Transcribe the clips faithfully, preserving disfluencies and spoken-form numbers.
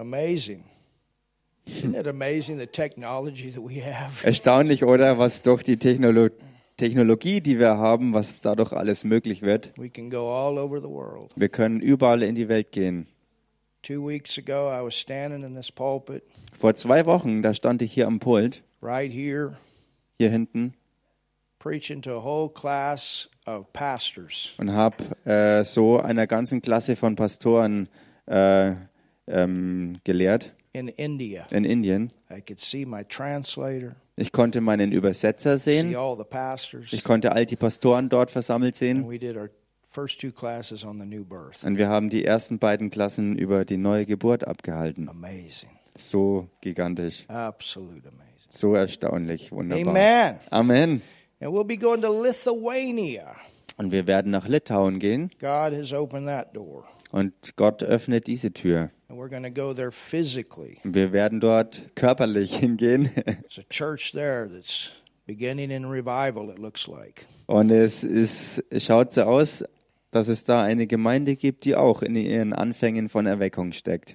Amazing. Isn't it amazing the technology that we have? Erstaunlich, oder? Was durch die Technolo- Technologie, die wir haben, was dadurch alles möglich wird. We can go all over the world. Wir können überall in die Welt gehen. Two weeks ago, I was standing in this pulpit Vor zwei Wochen, da stand ich hier am Pult, right here, hier hinten, preaching to a whole class of pastors. und habe äh, so einer ganzen Klasse von Pastoren äh, ähm, gelehrt In India. in Indien. I could see my translator, Ich konnte meinen Übersetzer see sehen. all the pastors, Ich konnte all die Pastoren dort versammelt and sehen. we did our first two classes on the new birth. Und wir haben die ersten beiden Klassen über die neue Geburt abgehalten. Amazing. So gigantisch, Absolute amazing. so erstaunlich, wunderbar. Amen. Amen. And we'll be going to Lithuania. Und wir werden nach Litauen gehen God has opened that door. und Gott öffnet diese Tür. And we're going to go there physically. Wir werden dort körperlich hingehen. There's a church there that's beginning in revival, it looks like. Und es ist, es schaut so aus, dass es da eine Gemeinde gibt, die auch in ihren Anfängen von Erweckung steckt.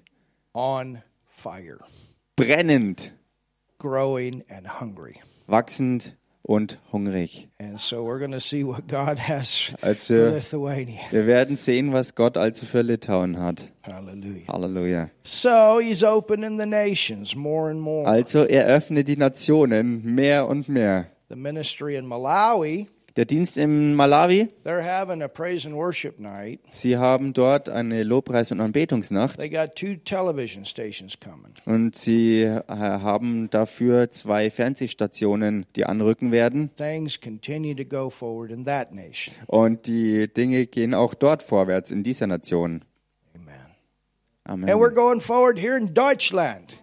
On fire, Brennend, growing and hungry. wachsend und hungrig. And so we're going to see what God has Also, for Lithuania. wir werden sehen, was Gott also für Litauen hat. Hallelujah. Halleluja. So he's opening the nations more and more. Also er öffnet die Nationen mehr und mehr. The ministry in Malawi, Der Dienst in Malawi, they're having a praise and worship night. sie haben dort eine Lobpreis- und Anbetungsnacht They got two television stations coming. und sie äh, haben dafür zwei Fernsehstationen, die anrücken werden. Things continue to go forward in that nation. Und die Dinge gehen auch dort vorwärts, in dieser Nation. Amen. Amen. And we're going forward here in Deutschland.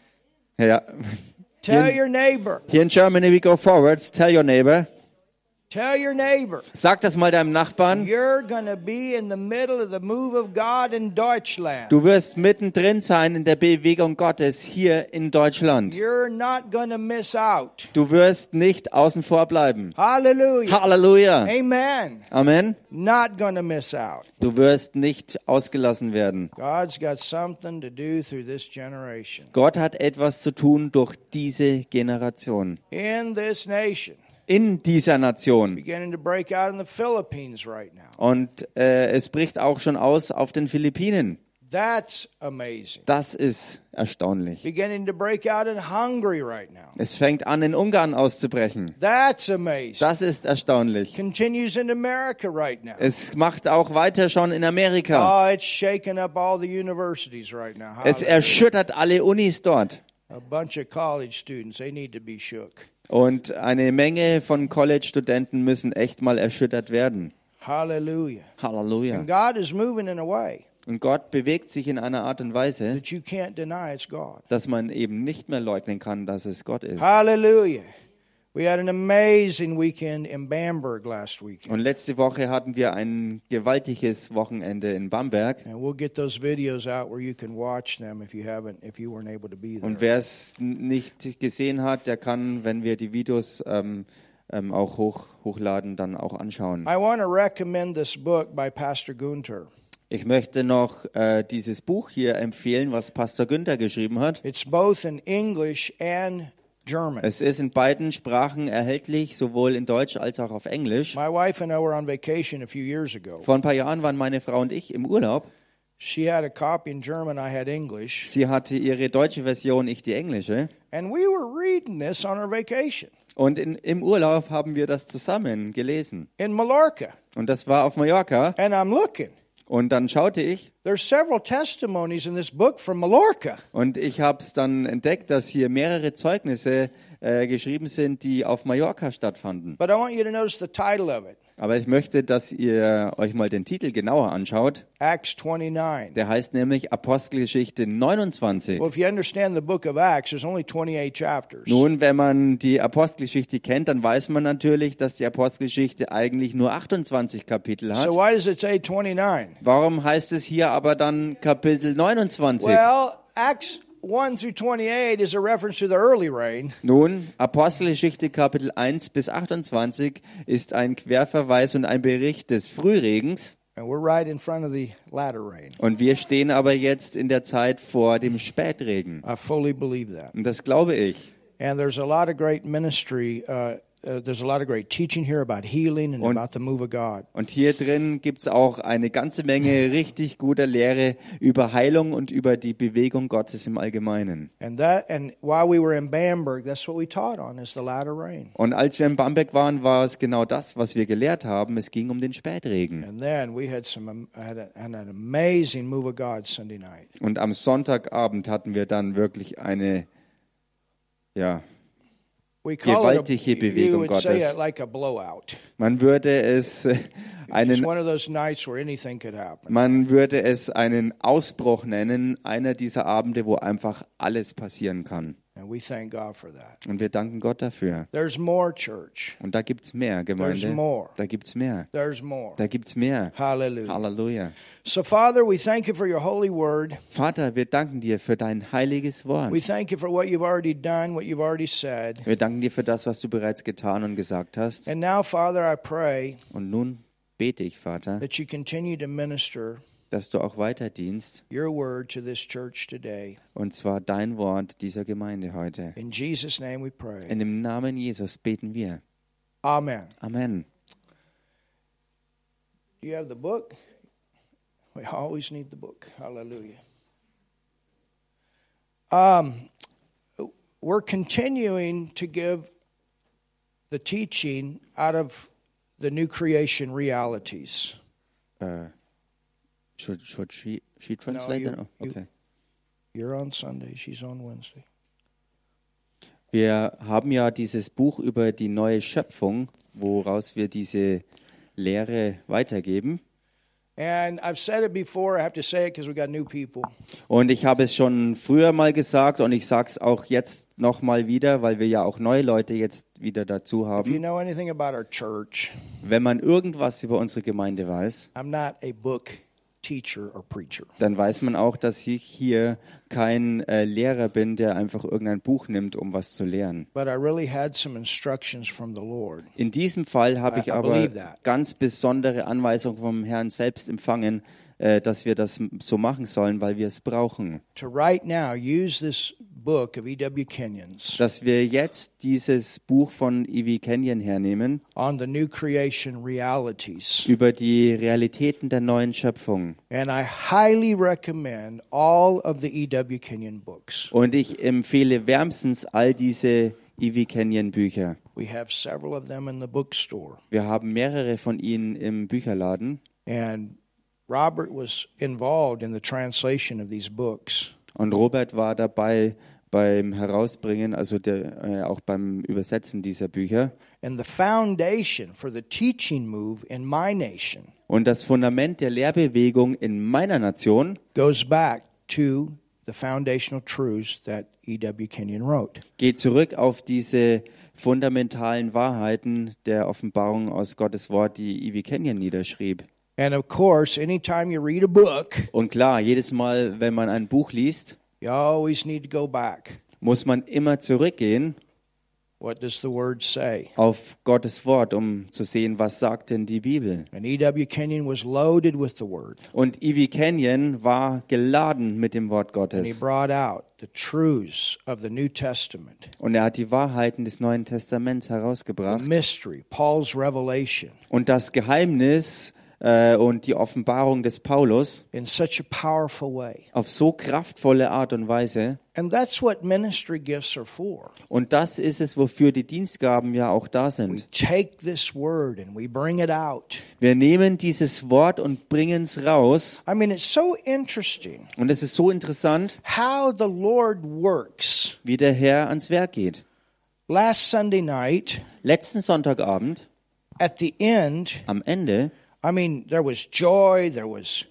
Ja. Tell Hier, your neighbor. hier in Germany we go forwards. Tell your neighbor. Tell your neighbor. Sag das mal deinem Nachbarn. You're going to be in the middle of the move of God in Deutschland. Du wirst mittendrin sein in der Bewegung Gottes hier in Deutschland. You're not going to miss out. Du wirst nicht außen vor bleiben. Hallelujah. Halleluja. Amen. Amen. Not going to miss out. Du wirst nicht ausgelassen werden. God's got something to do through this generation. Gott hat etwas zu tun durch diese Generation. In this nation. In dieser Nation. Beginning to break out in the Philippines right now. Und äh, es bricht auch schon aus auf den Philippinen. That's amazing. Das ist erstaunlich. Beginning to break out in Hungary right now. Es fängt an, in Ungarn auszubrechen. That's amazing. Das ist erstaunlich. Continues in America right now. Es macht auch weiter schon in Amerika. Oh, it's shaking up all the universities right now. Es Hallelujah. erschüttert alle Unis dort. A bunch of college students, they need to be shook. Und eine Menge von College-Studenten müssen echt mal erschüttert werden. Hallelujah. Halleluja. And God is moving in a way Und Gott bewegt sich in einer Art und Weise, that you can't deny it's God. dass man eben nicht mehr leugnen kann, dass es Gott ist. Hallelujah. We had an amazing weekend in Bamberg last weekend. Und letzte Woche hatten wir ein gewaltiges Wochenende in Bamberg. And we'll get those videos out where you can watch them if you haven't, if you weren't able to be there. Und wer es nicht gesehen hat, der kann, wenn wir die Videos ähm, ähm, auch hoch, hochladen, dann auch anschauen. I want to recommend this book by Pastor Gunther. Ich möchte noch äh, dieses Buch hier empfehlen, was Pastor Günther geschrieben hat. It's both in English and German. Es ist in beiden Sprachen erhältlich, sowohl in Deutsch als auch auf Englisch. My wife and I were on vacation a few years ago. Vor ein paar Jahren waren meine Frau und ich im Urlaub. She had a copy in German, I had English. Sie hatte ihre deutsche Version, ich die englische. And we were reading this on our vacation Und in, im Urlaub haben wir das zusammen gelesen. in Mallorca. Und das war auf Mallorca. And I'm looking. Und dann schaute ich There's several testimonies in this book from Mallorca. und ich habe es dann entdeckt, dass hier mehrere Zeugnisse äh, geschrieben sind, die auf Mallorca stattfanden. But I want you to notice the title of it. Aber ich möchte, dass ihr euch mal den Titel genauer anschaut. Acts twenty-nine. Der heißt nämlich Apostelgeschichte neunundzwanzig. Well, if you understand the book of Acts, there's only twenty-eight chapters. Nun, wenn man die Apostelgeschichte kennt, dann weiß man natürlich, dass die Apostelgeschichte eigentlich nur achtundzwanzig Kapitel hat. So why does it say twenty-nine? Warum heißt es hier aber dann Kapitel neunundzwanzig? Well, Acts one through twenty-eight is a reference to the early rain. Nun, Apostelgeschichte Kapitel eins bis achtundzwanzig ist ein Querverweis und ein Bericht des Frühregens. And we're right in front of the latter rain. Und wir stehen aber jetzt in der Zeit vor dem Spätregen. I fully believe that. Und das glaube ich. And there's a lot of great ministry. Uh, uh, there's a lot of great teaching here about healing and Und- about the move of God. Und hier drin gibt es auch eine ganze Menge richtig guter Lehre über Heilung und über die Bewegung Gottes im Allgemeinen. And that, and while we were in Bamberg, that's what we taught on is the latter rain. Und als wir in Bamberg waren, war es genau das, was wir gelehrt haben. Es ging um den Spätregen. And then we had some um, had, a, had an amazing move of God Sunday night. Und am Sonntagabend hatten wir dann wirklich eine, ja, We call it gewaltige a, Bewegung you would say Gottes. it like a blowout. Man würde es äh, It's einen, one of those nights where anything could happen. man würde es einen Ausbruch nennen, einer dieser Abende, wo einfach alles passieren kann. And we thank God for that. Und wir danken Gott dafür. There's more, church. Und da gibt's mehr, There's Gemeinde. more. Da gibt's mehr. There's more. Da gibt's mehr. Hallelujah. Halleluja. So, Father, we thank you for your holy word. Vater, wir danken dir für dein heiliges Wort. We thank you for what you've already done, what you've already said. Wir danken dir für das, was du bereits getan und gesagt hast. And now, Father, I pray Und nun bete ich, Vater, that you continue to minister dass du auch weiter dienst, your word to this church today. und zwar dein Wort dieser Gemeinde heute. In Jesus' name we pray. In dem Namen Jesus beten wir. Amen. Amen. Do you have the book? We always need the book. Hallelujah. Um, we're continuing to give the teaching out of the new creation realities. Äh, should, should she, she translate you- that? Oh, you- okay. You're on Sunday, she's on Wednesday. Wir haben ja dieses Buch über die neue Schöpfung, woraus wir diese Lehre weitergeben. And I've said it before, I have to say it because we got new people. Und ich habe es schon früher mal gesagt und ich sage es auch jetzt nochmal wieder, weil wir ja auch neue Leute jetzt wieder dazu If you haben. know anything about our church, Wenn man irgendwas über unsere Gemeinde weiß, I'm not a book teacher or preacher. dann weiß man auch, dass ich hier kein äh, Lehrer bin, der einfach irgendein Buch nimmt, um was zu lehren. But I really had some instructions from the Lord. In diesem Fall habe I- ich I aber believe that. ganz besondere Anweisungen vom Herrn selbst empfangen, äh, dass wir das so machen sollen, weil wir es brauchen. To right now use this book of E W Kenyon's Dass wir jetzt dieses Buch von E V Kenyon hernehmen, on the new creation realities. über die Realitäten der neuen Schöpfung. And I highly recommend all of the E W Kenyon books. Und ich empfehle wärmstens all diese E V Kenyon Bücher. We have several of them in the bookstore. Wir haben mehrere von ihnen im Bücherladen. And Robert was involved in the translation of these books. Und Robert war dabei beim Herausbringen, also der, äh, auch beim Übersetzen dieser Bücher. And the foundation for the teaching move in my nation Und das Fundament der Lehrbewegung in meiner Nation goes back to the foundational truths that E W Kenyon wrote. geht zurück auf diese fundamentalen Wahrheiten der Offenbarung aus Gottes Wort, die E V Kenyon niederschrieb. And of course, anytime you read a book, Und klar, jedes Mal, wenn man ein Buch liest, you always need to go back. muss man immer zurückgehen What does the word say? auf Gottes Wort, um zu sehen, was sagt denn die Bibel. And E W Kenyon was loaded with the word. Und E V Kenyon war geladen mit dem Wort And he Gottes. brought out the truths of the New Testament, Und er hat die Wahrheiten des Neuen Testaments the herausgebracht. mystery, Paul's revelation, Und das Geheimnis äh, und die Offenbarung des Paulus in such a powerful way. auf so kraftvolle Art und Weise. And that's what ministry gifts are for. Und das ist es, wofür die Dienstgaben ja auch da We sind. take this word and we bring it out. Wir nehmen dieses Wort und bringen es raus. I mean, it's so interesting Und es ist so interessant, how the Lord works. wie der Herr ans Werk geht. Last Sunday night, Letzten Sonntagabend, at the end, am Ende, I mean, there was joy, there was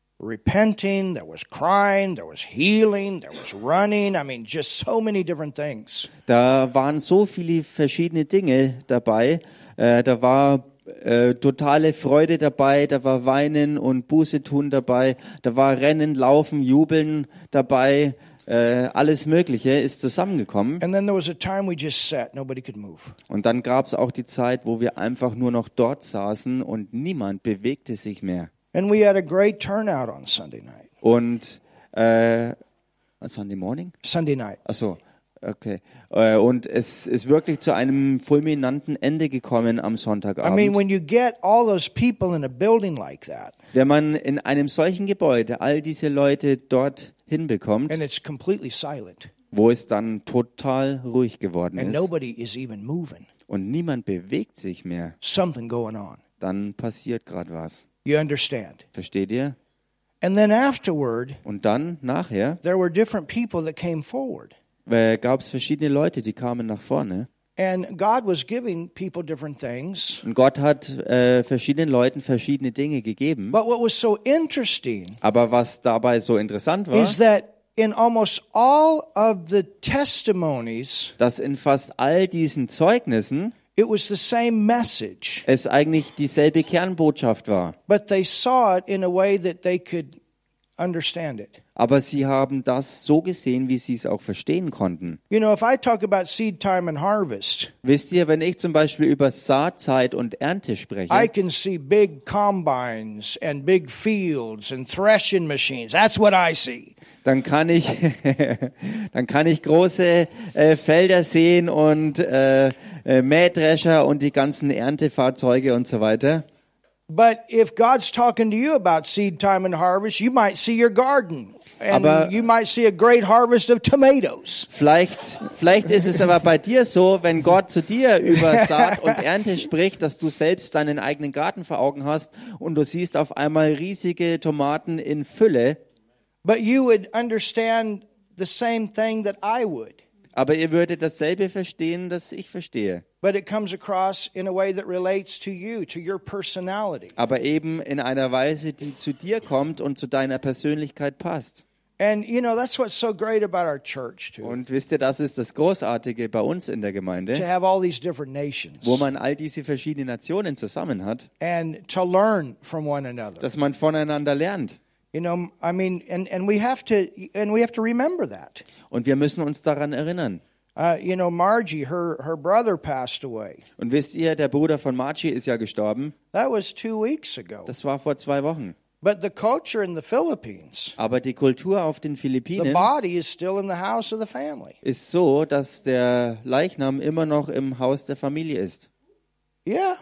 repenting, there was crying, there was healing, there was running. I mean, just so many different things. da waren so viele verschiedene Dinge dabei. Äh, da war äh, totale Freude dabei, da war Weinen und Buße tun dabei, da war Rennen, Laufen, Jubeln dabei. Äh, alles Mögliche ist zusammengekommen. And then there was a time we just sat, nobody could move. Und dann gab es auch die Zeit, wo wir einfach nur noch dort saßen und niemand bewegte sich mehr. And we had a great turnout on Sunday night. Und äh, Sunday morning? Sunday night. Ach so, okay. Äh, und es ist wirklich zu einem fulminanten Ende gekommen am I mean, Sonntagabend. when you get all those people in a building like that, Wenn man in einem solchen Gebäude all diese Leute dort hinbekommt, and it's completely silent, wo es dann total ruhig geworden and ist nobody is even moving, und niemand bewegt sich mehr, something going on. dann passiert gerade was. You understand? Versteht ihr? And then afterward, Und dann, nachher, there were different people that came forward. äh, gab es verschiedene Leute, die kamen nach vorne. And God was giving people different things. Und Gott hat äh, verschiedenen Leuten verschiedene Dinge gegeben. But what was so interesting Aber was dabei so interessant war, is that in almost all of the testimonies, dass in fast all diesen Zeugnissen it was the same message, es eigentlich dieselbe Kernbotschaft war. but they saw it in a way that they could understand it. Aber sie haben das so gesehen, wie sie es auch verstehen konnten. You know, if I talk about seed time and harvest, Wisst ihr, wenn ich zum Beispiel über Saatzeit und Ernte spreche, I can see big combines and big fields and threshing machines. That's what I see. dann kann ich, dann kann ich große äh, Felder sehen und äh, äh, Mähdrescher und die ganzen Erntefahrzeuge und so weiter. But if God's talking to you about seed time and harvest, you might see your garden. And Aber- you might see a great harvest of tomatoes. Vielleicht, vielleicht ist es aber bei dir so, wenn Gott zu dir über Saat und Ernte spricht, dass du selbst deinen eigenen Garten vor Augen hast und du siehst auf einmal riesige Tomaten in Fülle. But you would understand the same thing that I would. Aber ihr würdet dasselbe verstehen, das ich verstehe. But it comes across in a way that relates to you, to your personality. Aber eben in einer Weise, die zu dir kommt und zu deiner Persönlichkeit passt. And you know, that's what's so great about our church too. Und wisst ihr, das ist das Großartige bei uns in der To Gemeinde, have all these different nations wo man all diese verschiedenen Nationen zusammen hat, and to learn from one another. dass man voneinander lernt. You know, I mean, and, and we have to and we have to remember that. Und wir müssen uns daran erinnern. Uh, you know, Margie, her her brother passed away. Und wisst ihr, der Bruder von Margie ist ja gestorben. That was two weeks ago. Das war vor zwei Wochen. But the culture in the Philippines, Aber die Kultur auf den the Philippinen body is still in the house of the family. ist so, dass der Leichnam immer noch im Haus der Familie ist. Yeah.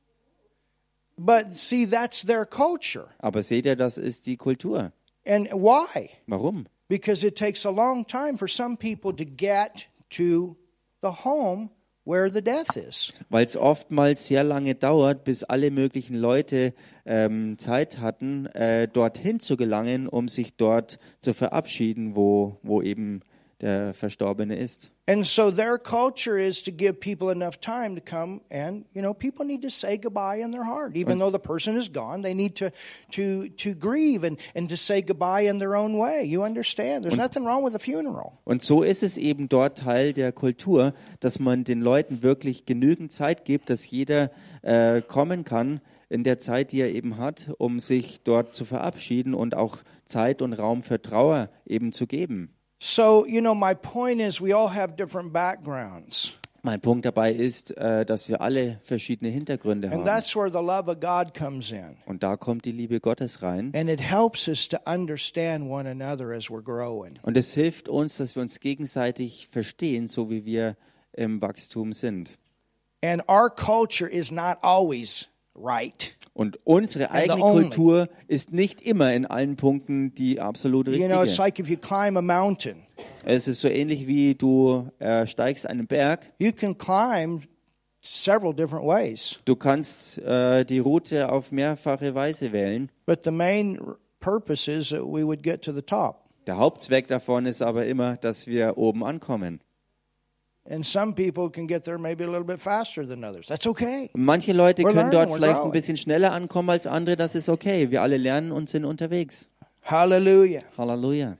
But see, that's their culture. Aber seht ihr, das ist die Kultur. And why? Warum? Because it takes a long time for some people to get to the home where the death is. Weil es oftmals sehr lange dauert, bis alle möglichen Leute ähm, Zeit hatten, äh, dorthin zu gelangen, um sich dort zu verabschieden, wo, wo eben der Verstorbene ist. And so their culture is to give people enough time to come and, you know, people need to say goodbye in their heart. Even though the person is gone, they need to to to grieve and, and to say goodbye in their own way. You understand? There's nothing wrong with a funeral. Und so ist es eben dort Teil der Kultur, dass man den Leuten wirklich genügend Zeit gibt, dass jeder äh, kommen kann in der Zeit, die er eben hat, um sich dort zu verabschieden und auch Zeit und Raum für Trauer eben zu geben. So, you know, my point is we all have different backgrounds. Mein Punkt dabei ist, äh, dass wir alle verschiedene Hintergründe And haben. that's where the love of God comes in. Und da kommt die Liebe Gottes rein. And it helps us to understand one another as we're growing. Und es hilft uns, dass wir uns gegenseitig verstehen, so wie wir im Wachstum sind. And our culture is not always right. Und unsere And the eigene only. Kultur ist nicht immer in allen Punkten die absolut You know, it's richtige. like if you climb a mountain, Es ist so ähnlich wie du äh, steigst einen Berg. you can climb several different ways. Du kannst äh, die Route auf mehrfache Weise wählen. But the main r- purpose is that we would get to the top. Der Hauptzweck davon ist aber immer, dass wir oben ankommen. And some people can get there maybe a little bit faster than others. That's okay. Manche Leute We're können learning, dort we're vielleicht growing. ein bisschen schneller ankommen als andere. Das ist okay. Wir alle lernen und sind unterwegs. Hallelujah. Halleluja.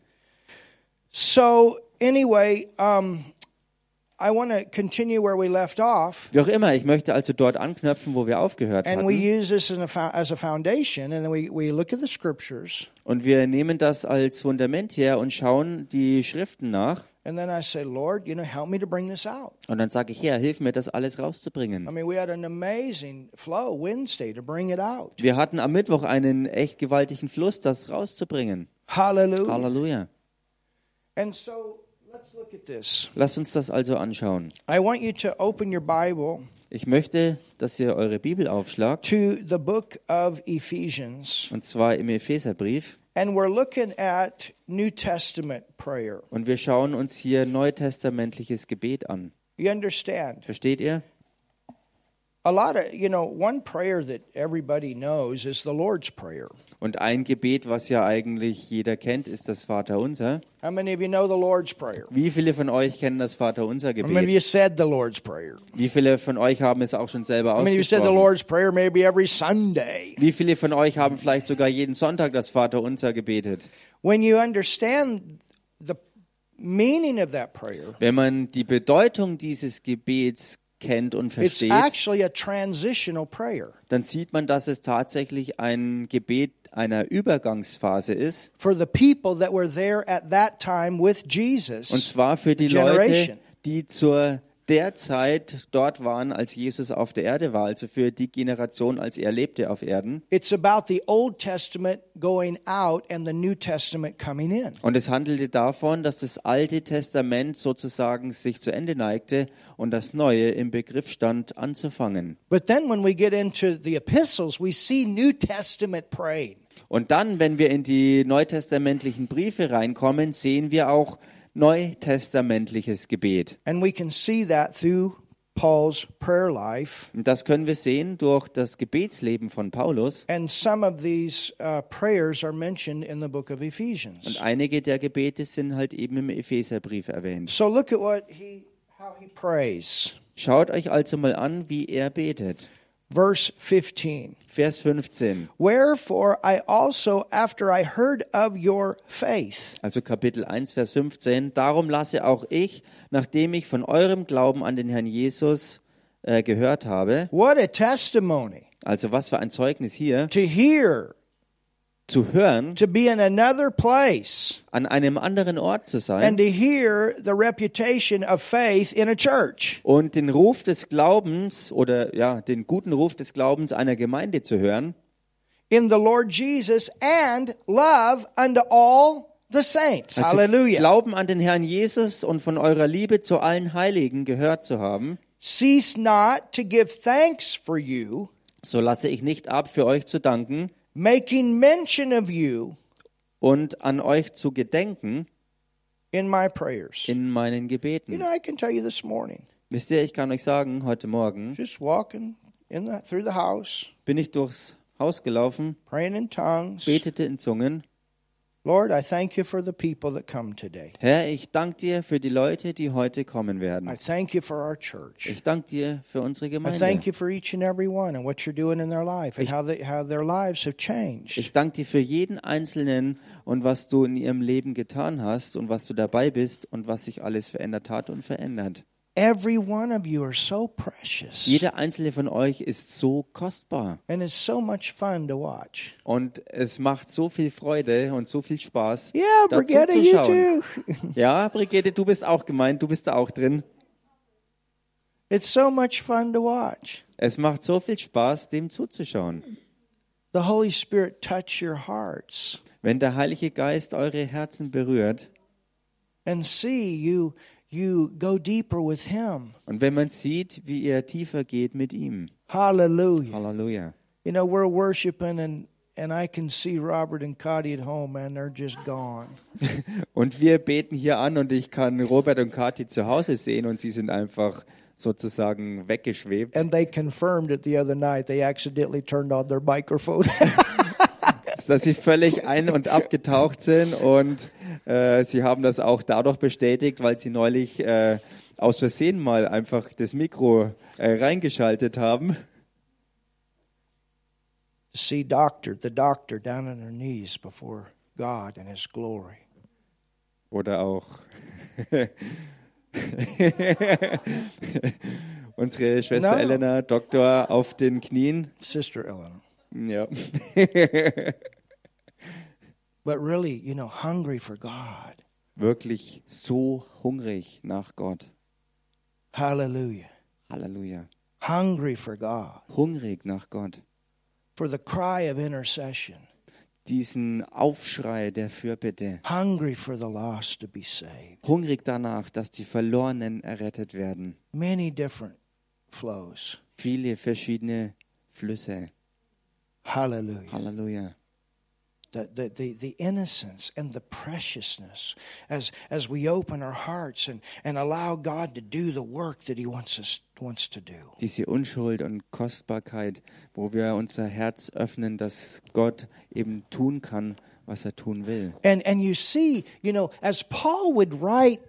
So, anyway, um, I want to continue where we left off. Wie auch immer, ich möchte also dort anknüpfen, wo wir aufgehört And we hatten. use this as a, fo- as a foundation, and then we, we look at the scriptures. Und wir nehmen das als Fundament her und schauen die Schriften nach. And then I say, Lord, you know, help me to bring this out. Und dann sage ich, Herr, hilf mir, das alles rauszubringen. I mean, we had an amazing flow Wednesday to bring it out. Wir hatten am Mittwoch einen echt gewaltigen Fluss, das rauszubringen. Hallelujah. Halleluja. And so let's look at this. Lasst uns das also anschauen. I want you to open your Bible Ich möchte, dass ihr eure Bibel aufschlagt, to the book of Ephesians. und zwar im Epheserbrief. And we're looking at New Testament prayer. Und wir schauen uns hier neutestamentliches Gebet an. You understand? Versteht ihr? A lot of, you know, one prayer that everybody knows is the Lord's Prayer. Und ein Gebet, was ja eigentlich jeder kennt, ist das Vaterunser. How many of you know the Lord's Prayer? Wie viele von euch kennen das Vaterunser How many of Gebet? you said the Lord's Prayer? Wie viele von euch haben es auch schon selber How many of you said the ausgesprochen? Lord's Prayer maybe every Sunday? Wie viele von euch haben vielleicht sogar jeden Sonntag das Vaterunser gebetet? When you understand the meaning of that prayer, Wenn man die Bedeutung dieses Gebets kennt und it's versteht, actually a transitional prayer dann sieht man, dass es tatsächlich ein Gebet einer Übergangsphase ist. for the people that were there at that time with Und Jesus. zwar für die Generation. Leute, die zur der Zeit dort waren, als Jesus auf der Erde war, also für die Generation, als er lebte auf Erden. It's about the Old Testament going out and the New Testament coming in. Und es handelte davon, dass das Alte Testament sozusagen sich zu Ende neigte und das Neue im Begriff stand, anzufangen. But then when we get into the epistles, we see New Testament praying. Und dann, wenn wir in die neutestamentlichen Briefe reinkommen, sehen wir auch neutestamentliches Gebet. And we can see that through Paul's prayer life. Und das können wir sehen durch das Gebetsleben von Paulus. And some of these uh, prayers are mentioned in the book of Ephesians. Und einige der Gebete sind halt eben im Epheserbrief erwähnt. So look at what he, how he prays. Schaut euch also mal an, wie er betet. Verse fifteen. Vers fünfzehn, Wherefore I also, after I heard of your faith, also Kapitel eins, Vers fünfzehn. Darum lasse auch ich, nachdem ich von eurem Glauben an den Herrn Jesus äh, gehört habe, what a testimony also was für ein Zeugnis hier, to hear, zu hören, to be in another place, an einem anderen Ort zu and sein to hear the reputation of faith in a church. und den Ruf des Glaubens oder ja, den guten Ruf des Glaubens einer Gemeinde zu hören In the Lord Jesus and love unto all the saints. Also Hallelujah. Glauben an den Herrn Jesus und von eurer Liebe zu allen Heiligen gehört zu haben, Cease not to give thanks for you, so lasse ich nicht ab, für euch zu danken making mention of you und an euch zu gedenken in my prayers. in meinen You Gebeten. know, I can tell you this morning, Wisst ihr, ich kann euch sagen, heute Morgen just walking in the, through the house, bin ich durchs Haus gelaufen, praying in tongues. betete in Zungen. Lord, I thank you for the people that come today. Herr, ich danke dir für die Leute, die heute kommen I werden. thank you for our church. Ich danke dir für unsere I thank Gemeinde. you for each and every one and what you're doing in their life and Ich- how, they, how their lives have changed. Ich danke dir für jeden Einzelnen und was du in ihrem Leben getan hast und was du dabei bist und was sich alles verändert hat und verändert. Every one of you are so precious. Jeder einzelne von euch ist so kostbar And it's so much fun to watch. und es macht so viel Freude und so viel Spaß, Yeah, dazu Brigitte, zu you schauen. too. Ja, Brigitte, du bist auch gemeint, du bist da auch drin. It's so much fun to watch. Es macht so viel Spaß, dem zuzuschauen. The Holy Spirit touch your hearts Wenn der Heilige Geist eure Herzen berührt and see you you go deeper with him. und wenn man sieht, wie ihr tiefer geht mit ihm. Hallelujah. Halleluja. You know, we're worshiping and and I can see Robert and Cody at home, man, they're just gone. Und wir beten hier an und ich kann Robert und Kathi zu Hause sehen und sie sind einfach sozusagen weggeschwebt. And they confirmed it the other night. They accidentally turned on their microphone. Dass sie völlig ein- und abgetaucht sind und äh, sie haben das auch dadurch bestätigt, weil sie neulich äh, aus Versehen mal einfach das Mikro äh, reingeschaltet haben. See doctor, the doctor down on her knees before God and his glory. Oder auch unsere Schwester No. Elena, Doktor, auf den Knien. Sister Eleanor. Ja. But really, you know, hungry for God. wirklich so hungrig nach Gott. Hallelujah. Halleluja. Hungry for God, Hungrig nach Gott. for the cry of intercession. Diesen Aufschrei der Fürbitte. Hungry for the lost to be saved. Hungrig danach, dass die Verlorenen errettet werden. Many different flows. Viele verschiedene Flüsse. Hallelujah. Halleluja. The, the, the, the innocence and the preciousness as, as we open our hearts and, and allow God to do the work that He wants us wants to do. Diese Unschuld und Kostbarkeit, wo wir unser Herz öffnen, dass Gott eben tun kann, was er tun will. And and you see, you know, as Paul would write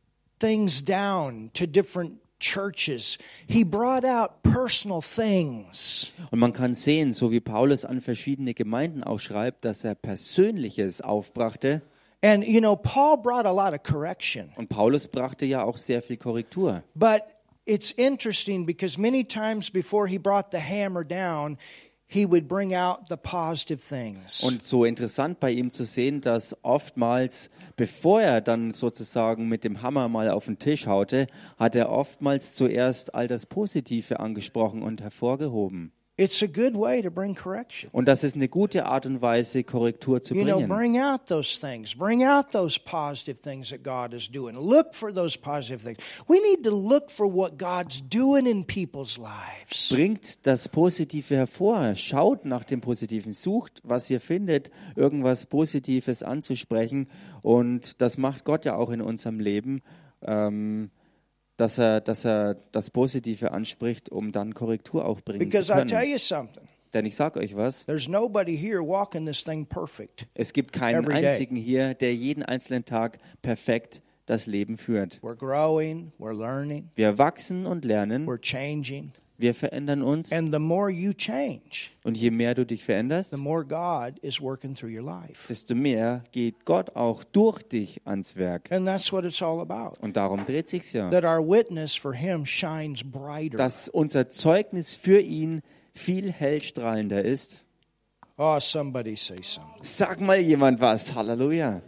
things down to different churches, he brought out personal things. Und man kann sehen, so wie Paulus an verschiedene Gemeinden auch schreibt, dass er Persönliches aufbrachte. And you know, Paul brought a lot of correction. Und Paulus brachte ja auch sehr viel Korrektur. But it's interesting because many times before he brought the hammer down, he would bring out the positive things. Und so interessant bei ihm zu sehen, dass oftmals, bevor er dann sozusagen mit dem Hammer mal auf den Tisch haute, hat er oftmals zuerst all das Positive angesprochen und hervorgehoben. It's a good way to bring correction. Und das ist eine gute Art und Weise, Korrektur zu You know, bringen. bring out those things. Bring out those positive things that God is doing. Look for those positive things. We need to look for what God's doing in people's lives. Bringt das Positive hervor, schaut nach dem Positiven, sucht, was ihr findet, irgendwas Positives anzusprechen. Und das macht Gott ja auch in unserem Leben, ähm, dass er, dass er das Positive anspricht, um dann Korrektur auch bringen Because zu I tell können. you something. Denn ich sage euch was, There's nobody here walking this thing perfect. es gibt keinen Every day. einzigen hier, der jeden einzelnen Tag perfekt das Leben führt. We're growing, we're learning, Wir wachsen und lernen, we're changing. wir verändern uns. And the more you change, Und je mehr du dich veränderst, the more God is working through your life. desto mehr geht Gott auch durch dich ans Werk. And that's what it's all about. Und darum dreht sich's ja. That our witness for Him shines brighter. Dass unser Zeugnis für ihn viel hellstrahlender ist. Oh, somebody say something. Sag mal jemand was. Halleluja.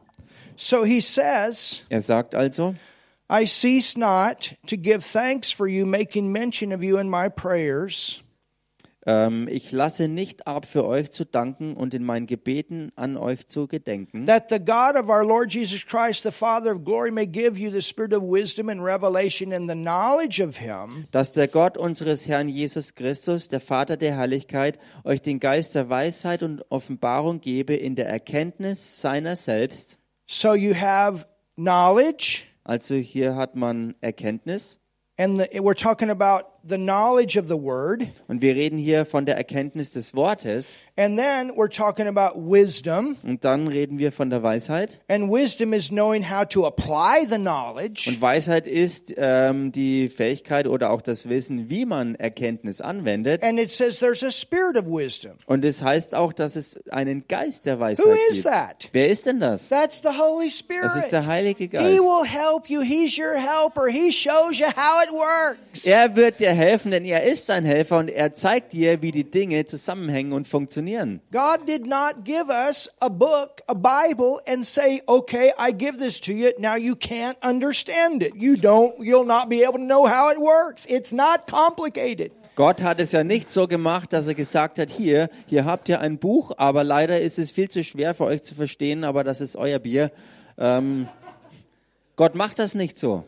So he says, Er sagt also, I cease not to give thanks for you, making mention of you in my prayers, ähm, ich lasse nicht ab, für euch zu danken und in meinen Gebeten an euch zu gedenken, that the God of our Lord Jesus Christ, the Father of glory, may give you the spirit of wisdom and revelation and the knowledge of Him, dass der Gott unseres Herrn Jesus Christus, der Vater der Herrlichkeit, euch den Geist der Weisheit und Offenbarung gebe in der Erkenntnis seiner selbst. so you have knowledge. Also hier hat man Erkenntnis. And the, we're talking about the knowledge of the Word. Und wir reden hier von der Erkenntnis des Wortes. And then we're talking about wisdom. Und dann reden wir von der Weisheit. And wisdom is knowing how to apply the knowledge. Und Weisheit ist ähm, die Fähigkeit oder auch das Wissen, wie man Erkenntnis anwendet. And it says there's a spirit of wisdom. Und es heißt auch, dass es einen Geist der Weisheit Who is gibt. that? Wer ist denn das? That's the Holy Spirit. Das ist der Heilige He Geist. will help you. He's your helper. He shows you how it works. Er wird dir helfen, denn er ist dein Helfer und er zeigt dir, wie die Dinge zusammenhängen und funktionieren. God did not give us a book, a Bible, and say, okay, I give this to you. Now you can't understand it. You don't, you'll not be able to know how it works. It's not complicated. Gott hat es ja nicht so gemacht, dass er gesagt hat, hier, hier habt ihr ein Buch, aber leider ist es viel zu schwer für euch zu verstehen, aber das ist euer Bier. Ähm, Gott macht das nicht so.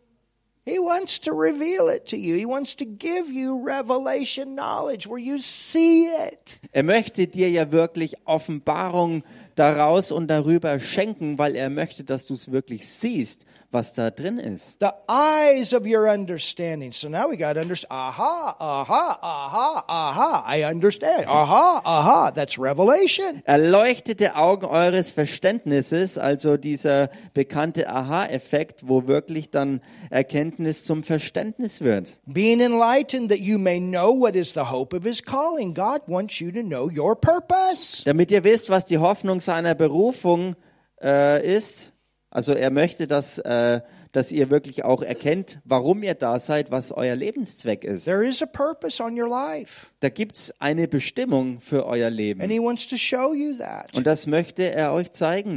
He wants to reveal it to you. He wants to give you revelation knowledge where you see it. Er möchte dir ja wirklich Offenbarung daraus und darüber schenken, weil er möchte, dass du es wirklich siehst, was da drin ist. The eyes of your understanding. So now we got to understand. Aha, aha, aha, aha. I understand. Aha, aha. That's revelation. Erleuchtete Augen eures Verständnisses, also dieser bekannte Aha-Effekt, wo wirklich dann Erkenntnis zum Verständnis wird. Being enlightened that you may know what is the hope of His calling. God wants you to know your purpose. Damit ihr wisst, was die Hoffnung seiner Berufung äh, ist. Also er möchte, dass, äh, dass ihr wirklich auch erkennt, warum ihr da seid, was euer Lebenszweck ist. There is a purpose on your life. Da gibt's eine Bestimmung für euer Leben. And He wants to show you that. Und das möchte er euch zeigen.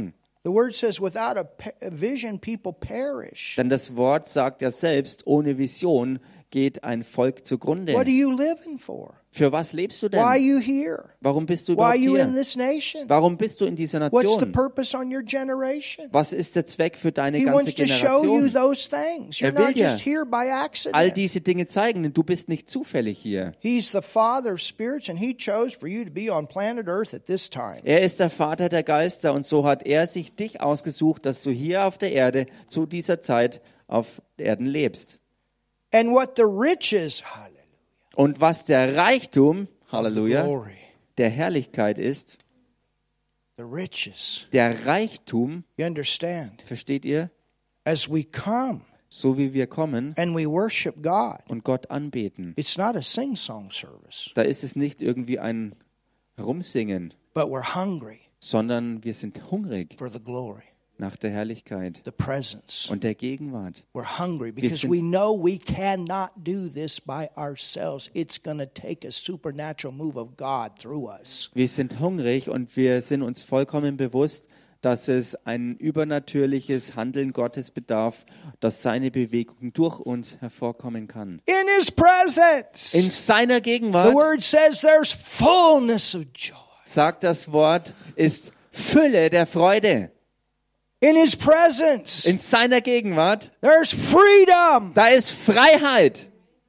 The word says, without a, pe- a vision, people perish. Denn das Wort sagt ja selbst, ohne Vision geht ein Volk zugrunde. What are you living for? Für was lebst du Why are denn? you here? Warum bist du Why are überhaupt you in hier? this nation? Warum bist du in dieser What's the Nation? purpose on your generation? Was ist der Zweck für deine He ganze wants to show you Generation? those things. You're Er will not dir just here by All accident. diese Dinge zeigen, denn du bist nicht zufällig hier. He's the Father of spirits, and He chose for you to be on planet Earth at this time. Er ist der Vater der Geister und so hat er sich dich ausgesucht, dass du hier auf der Erde zu dieser Zeit auf Erden lebst. And what the riches, hallelujah, Und was der Reichtum, of the Halleluja, glory, der Herrlichkeit ist, the riches. der Reichtum, You understand? versteht ihr, As we come so wie wir kommen and we worship God, und Gott anbeten, it's not a sing-song service, da ist es nicht irgendwie ein Rumsingen, but we're hungry sondern wir sind hungrig for the glory, nach der Herrlichkeit the presence. und der Gegenwart. We're hungry because sind- we know we cannot do this by ourselves. It's going to take a supernatural move of God through us. Wir sind hungrig und wir sind uns vollkommen bewusst, dass es ein übernatürliches Handeln Gottes bedarf, dass seine Bewegung durch uns hervorkommen kann. In His presence, In seiner the Gegenwart, Word says there's fullness of joy. sagt das Wort, ist Fülle der Freude. In His presence, In seiner Gegenwart, there's freedom. da ist Freiheit.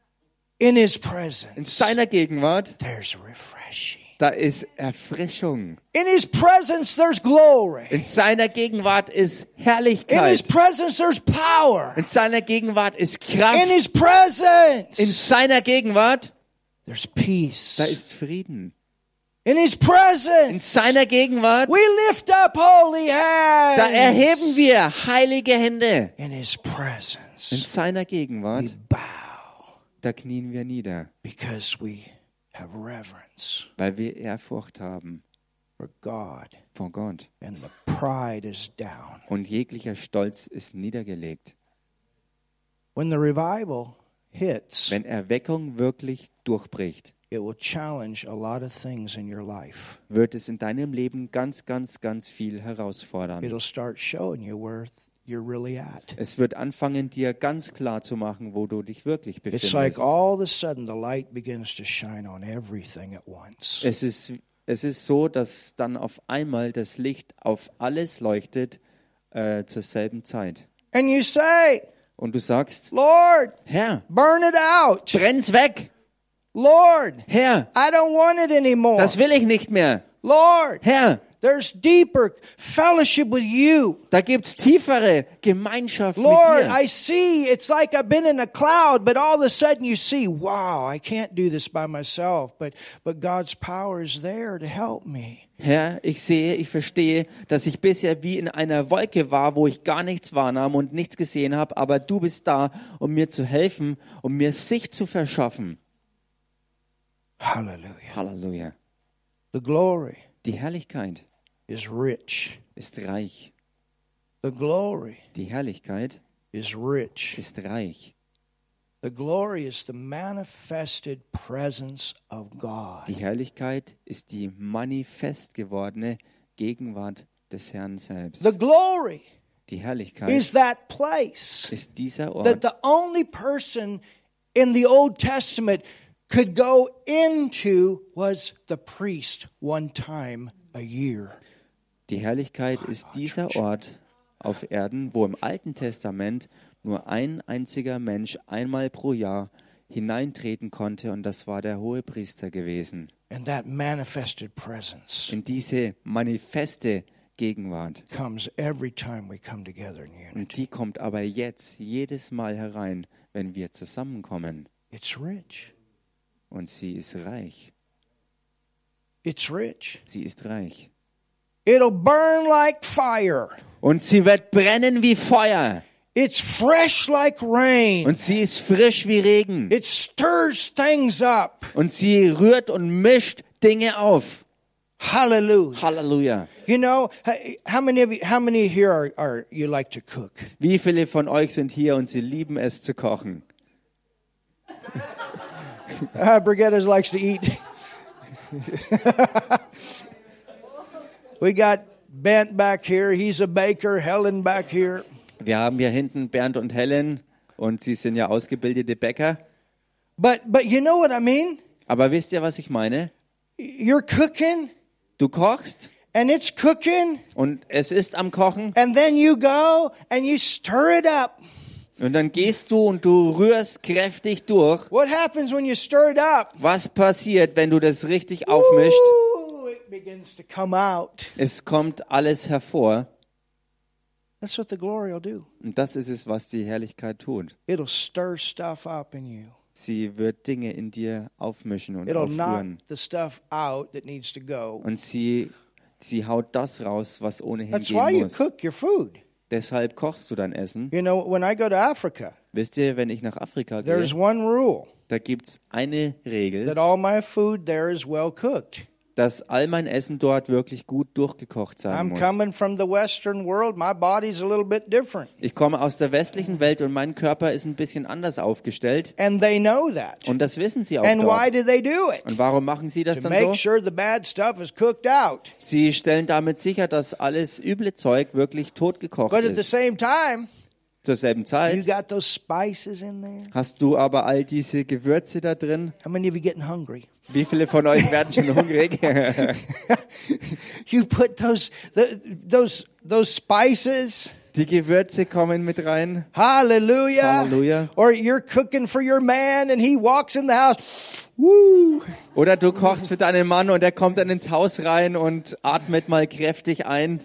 In His In presence, seiner Gegenwart, there's refreshing. da ist Erfrischung. In His presence, there's glory. In seiner Gegenwart ist In His Herrlichkeit. presence, there's power. In seiner Gegenwart ist In Kraft. His In presence, seiner Gegenwart, there's peace. da ist Frieden. In His In presence, seiner Gegenwart, we lift up holy hands. da erheben wir heilige Hände. In His In presence, seiner we Gegenwart, bow da knien wir nieder, because we have reverence weil wir Ehrfurcht haben for God, vor Gott. and the pride is down. Und jeglicher Stolz ist niedergelegt. When the revival hits, Wenn Erweckung wirklich durchbricht, it will challenge a lot of things in your life. wird es in deinem Leben ganz, ganz, ganz viel herausfordern. It'll start showing you where th- you're really at. Es wird anfangen, dir ganz klar zu machen, wo du dich wirklich It's like befindest. all of a sudden the light begins to shine on everything at once. Es ist, es ist so, dass dann auf einmal das Licht auf alles leuchtet äh, zur selben Zeit. And you say, Und du sagst, Lord, Herr, burn it out. brenn's weg. Lord, Herr, I don't want it anymore. das will ich nicht mehr. Lord, Herr, there's deeper fellowship with you. da gibt's tiefere Gemeinschaft Lord, mit dir. I see it's like I've been in a cloud, but all of a sudden you see, wow, I can't do this by myself, but but God's power is there to help me. Herr, ich sehe, ich verstehe, dass ich bisher wie in einer Wolke war, wo ich gar nichts wahrnahm und nichts gesehen habe, aber du bist da, um mir zu helfen, um mir Sicht zu verschaffen. Hallelujah. Halleluja. The glory Die Herrlichkeit is rich. ist reich. The glory Die Herrlichkeit is rich. ist reich. The glory is the manifested presence of God. Die Herrlichkeit ist die manifest gewordene Gegenwart des Herrn selbst. The glory Die Herrlichkeit is that place ist dieser that Ort, the only person in the Old Testament could go into was the priest one time a year. die Herrlichkeit ist dieser Ort auf Erden, wo im Alten Testament nur ein einziger Mensch einmal pro Jahr hineintreten konnte, und das war der Hohepriester gewesen. And that manifested presence In diese manifeste Gegenwart. comes every time we come together in unity. Und die kommt aber jetzt jedes Mal herein, wenn wir zusammenkommen. It's rich. Und sie ist reich. It's rich. Sie ist reich. It'll burn like fire. Und sie wird brennen wie Feuer. It's fresh like rain. Und sie ist frisch wie Regen. It stirs things up. Und sie rührt und mischt Dinge auf. Hallelujah. Halleluja. You know, h- how many of you, how many here are, are you like to cook? Wie viele von euch sind hier und sie lieben es zu kochen? Uh, Brigitte likes to eat. We got Bent back here, he's a baker. Helen back here. Wir haben hier hinten Bernd und Helen und sie sind ja ausgebildete Bäcker. But but you know what I mean? Aber wisst ihr, was ich meine? You're cooking Du kochst and it's cooking und es ist am Kochen and then you go and you stir it up. und dann gehst du und du rührst kräftig durch. What happens when you stir it up? Was passiert, wenn du das richtig aufmischst? Ooh, it begins to come out. Es kommt alles hervor. That's what the glory will do. Und das ist es, was die Herrlichkeit tut. It'll stir stuff up in you. Sie wird Dinge in dir aufmischen und It'll knock aufrühren. the stuff out that needs to go. Und sie, sie haut das raus, was ohnehin That's why gehen you muss. cook your food. Deshalb kochst du dein Essen. You know, when I go to Africa, Wisst ihr, wenn ich nach Afrika gehe, there's one rule da gibt es eine Regel, that all my food there is well cooked. dass all mein Essen dort wirklich gut durchgekocht sein I'm muss. coming from the Western world. My body's a little bit different. Ich komme aus der westlichen Welt und mein Körper ist ein bisschen anders aufgestellt. And they know that. Und das wissen sie auch And why dort. do they do it? Und warum machen sie das To dann so? make sure the bad stuff is cooked out. Sie stellen damit sicher, dass alles üble Zeug wirklich totgekocht But at the ist. same time, Zur selben you Zeit got those spices in there. hast du aber all diese Gewürze da drin. How many of you getting hungry? Wie viele von euch werden schon hungrig? You put those the, those those spices. Die Gewürze kommen mit rein. Hallelujah. Halleluja. Or you're cooking for your man and he walks in the house. Woo. Oder du kochst für deinen Mann und er kommt dann ins Haus rein und atmet mal kräftig ein.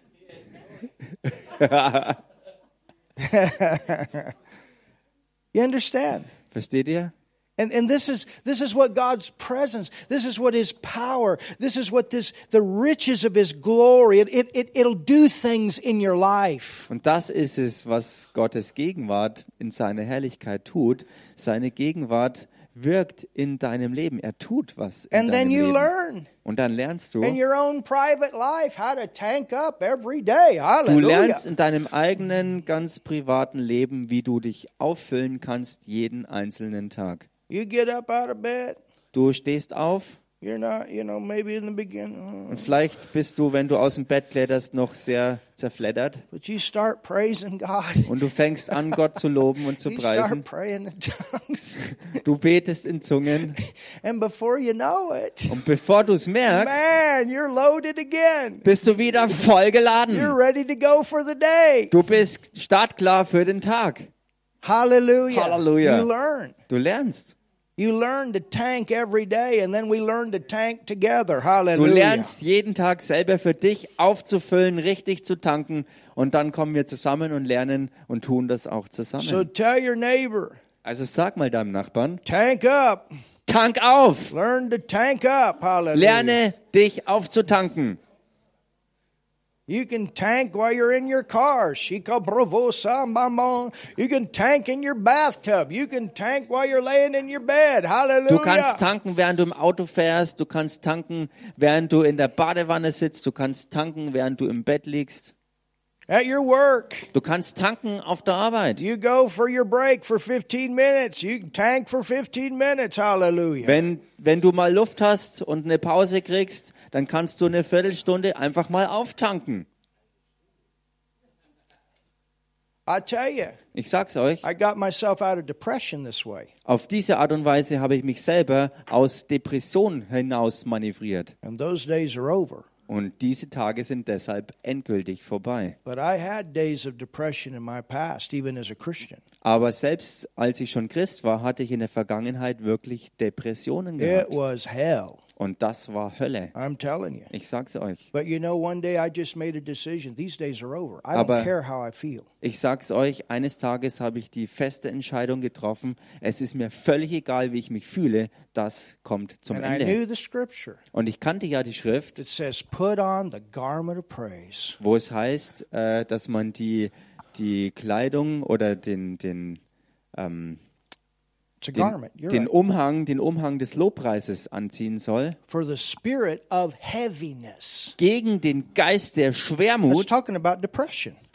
You understand? Versteht ihr? And and this is this is what God's presence, this is what his power, this is what this the riches of his glory. It it, it it'll do things in your life. Und das ist es, was Gottes Gegenwart in seiner Herrlichkeit tut. Seine Gegenwart wirkt in deinem Leben. Er tut was in And then deinem you Leben. learn Und dann lernst du, in your own private life how to tank up every day. du Hallelujah. lernst in deinem eigenen, ganz privaten Leben, wie du dich auffüllen kannst jeden einzelnen Tag. You get up out of bed. Du stehst auf You're not, you know, maybe in the beginning, oh, und vielleicht bist du, wenn du aus dem Bett kletterst, noch sehr zerfleddert. but you start praising God. Und du fängst an, Gott zu loben und zu You preisen. start praying in tongues. Du betest in Zungen. And before you know it, Und bevor du es merkst, man, you're loaded again. bist du wieder voll You're geladen. ready to go for the day. Du bist startklar für den Tag. Hallelujah. Hallelujah. You learn. Du lernst. You learn to tank every day, and then we learn to tank together. Du Hallelujah. lernst jeden Tag selber für dich aufzufüllen, richtig zu tanken. Und dann kommen wir zusammen und lernen und tun das auch So zusammen. tell your neighbor, Also sag mal deinem Nachbarn, tank up. tank auf. Learn to tank up. Hallelujah. Lerne dich aufzutanken. You can tank while you're in your car. Shika bravo sambamon. You can tank in your bathtub. You can tank while you're laying in your bed. Hallelujah. Du kannst tanken, während du im Auto fährst. Du kannst tanken, während du in der Badewanne sitzt. Du kannst tanken, während du im Bett liegst. At your work. Du kannst tanken auf der Arbeit. You go for your break for fifteen minutes. You can tank for fifteen minutes. Hallelujah. Wenn, wenn du mal Luft hast und eine Pause kriegst, dann kannst du eine Viertelstunde einfach mal auftanken. I tell you, Ich sag's euch, I got myself out of depression this way. auf diese Art und Weise habe ich mich selber aus Depression hinaus manövriert. And those days are over. Und diese Tage sind deshalb endgültig vorbei. But I had days of depression in my past, even as a Christian. Aber selbst als ich schon Christ war, hatte ich in der Vergangenheit wirklich Depressionen It gehabt. was hell. Und das war Hölle. I'm telling you. Ich sag's euch. But you know, one day I just made a decision. These days are over. I don't Aber- care how I feel. Ich sag's euch, eines Tages habe ich die feste Entscheidung getroffen. Es ist mir völlig egal, wie ich mich fühle. Das kommt zum And I Ende. knew the scripture Und ich kannte ja die Schrift, that says, put on the garment of praise. wo es heißt, äh, dass man die, die Kleidung oder den, den, ähm, It's a den, garment. You're den right. Umhang, den Umhang des Lobpreises anziehen soll, For the spirit of heaviness. gegen den Geist der That's Schwermut. talking about depression.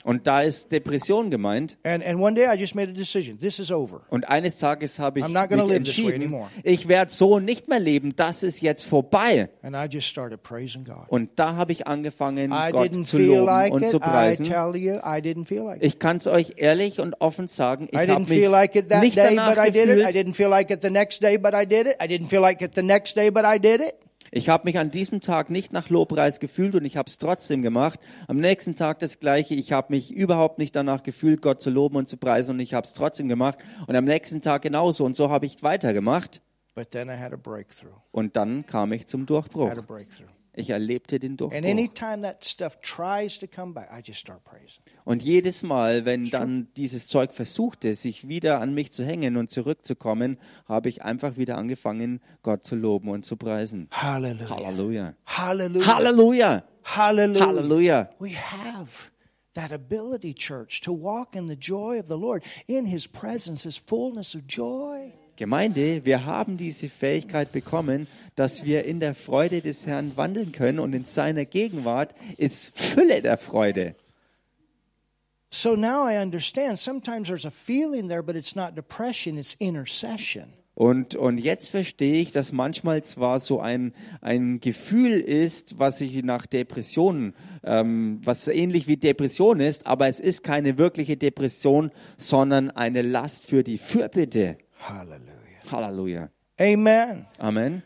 Und da ist Depression gemeint. And and one day I just made a decision. This is over. Und eines Tages habe ich I'm not gonna mich live this way entschieden, anymore. ich werde so nicht mehr leben, das ist jetzt vorbei. And I just started praising God. Und da habe ich angefangen, I Gott didn't zu feel loben like und it. zu I preisen. tell you, I didn't feel like it. Ich kann es euch ehrlich und offen sagen, ich I habe didn't feel mich like it that nicht day, danach but I did it. I gefühlt. didn't feel like it the next day, but I did it. I didn't feel like it the next day, but I did it. Ich habe mich an diesem Tag nicht nach Lobpreis gefühlt und ich habe es trotzdem gemacht. Am nächsten Tag das Gleiche. Ich habe mich überhaupt nicht danach gefühlt, Gott zu loben und zu preisen und ich habe es trotzdem gemacht. Und am nächsten Tag genauso und so habe ich weitergemacht. But then I had a breakthrough. Und dann kam ich zum I Durchbruch. had a breakthrough. Ich erlebte den And Durchbruch. anytime that stuff tries to come back, I just start praising. Und jedes Mal, wenn dann dieses Zeug versuchte, sich wieder an mich zu hängen und zurückzukommen, habe ich einfach wieder angefangen, Gott zu loben und zu preisen. Hallelujah. Halleluja. Hallelujah. Halleluja. Hallelujah. Halleluja. We have that ability, church, to walk in the joy of the Lord. In His presence is fullness of joy. Gemeinde, wir haben diese Fähigkeit bekommen, dass wir in der Freude des Herrn wandeln können und in seiner Gegenwart ist Fülle der Freude. So now I understand. Sometimes there's a feeling there, but it's not depression, it's intercession. Und, und jetzt verstehe ich, dass manchmal zwar so ein, ein Gefühl ist, was sich nach Depressionen, ähm, was ähnlich wie Depression ist, aber es ist keine wirkliche Depression, sondern eine Last für die Fürbitte. Hallelujah. Halleluja. Amen. Amen.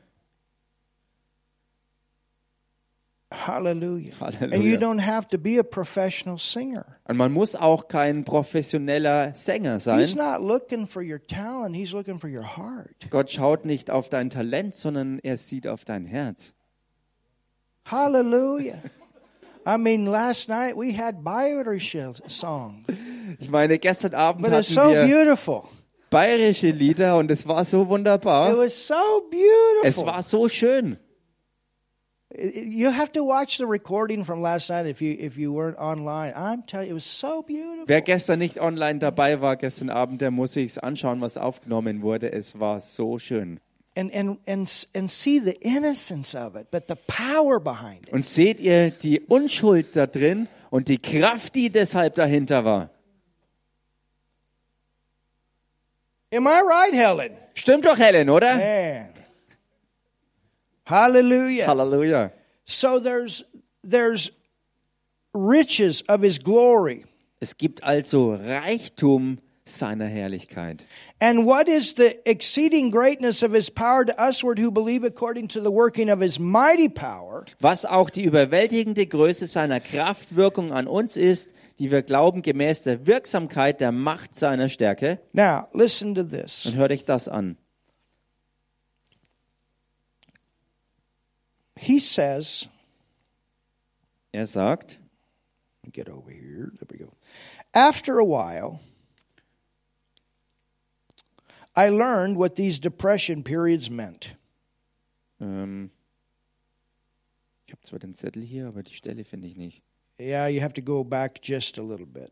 Hallelujah. Hallelujah. And you don't have to be a professional singer. Und man muss auch kein professioneller Sänger sein. He's not looking for your talent, he's looking for your heart. Gott schaut nicht auf dein Talent, sondern er sieht auf dein Herz. Hallelujah. I mean, last night we had bayerische song, Ich meine, gestern Abend but it's hatten so wir beautiful. bayerische Lieder und es war so It wunderbar. was so Es beautiful. war so schön. You have to watch the recording from last night if you if you weren't online. I'm telling you, it was so beautiful. Wer gestern nicht online dabei war, gestern Abend, der muss sich's anschauen, was aufgenommen wurde. Es war so schön. And and and and see the innocence of it, but the power behind it. Und seht ihr die Unschuld da drin und die Kraft, die deshalb dahinter war? Am I right, Helen? Stimmt doch, Helen, oder? Man. Hallelujah. Halleluja. So there's there's riches of his glory. Es gibt also Reichtum seiner Herrlichkeit. And what is the exceeding greatness of his power to usward who believe according to the working of his mighty power? Was auch die überwältigende Größe seiner Kraftwirkung an uns ist, die wir glauben gemäß der Wirksamkeit der Macht seiner Stärke. Now, listen to this. Dann hört euch das an. He says, Er sagt, get over here. There we go. After a while, I learned what these depression periods meant. ähm, ich habe zwar den Zettel hier, aber die Stelle finde ich nicht. Yeah, you have to go back just a little bit.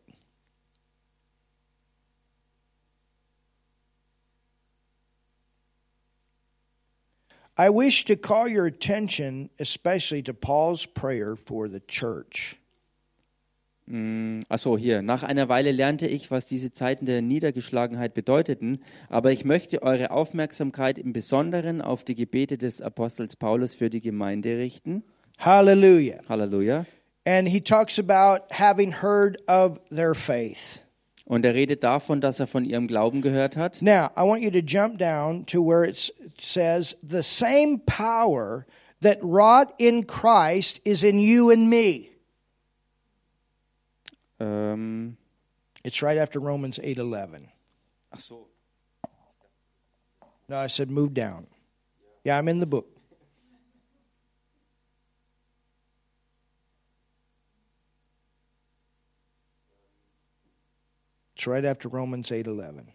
I wish to call your attention especially to Paul's prayer for the church. Achso, hier. Nach einer Weile lernte ich, was diese Zeiten der Niedergeschlagenheit bedeuteten, aber ich möchte eure Aufmerksamkeit im Besonderen auf die Gebete des Apostels Paulus für die Gemeinde richten. Hallelujah. Halleluja. And he talks about having heard of their faith. Und er redet davon, dass er von ihrem Glauben gehört hat. Now, I want you to jump down to where it says, the same power that wrought in Christ is in you and me. Ähm, It's right after Romans eight eleven. ach so. No, I said move down. Yeah, I'm in the book. It's right after Romans eight eleven.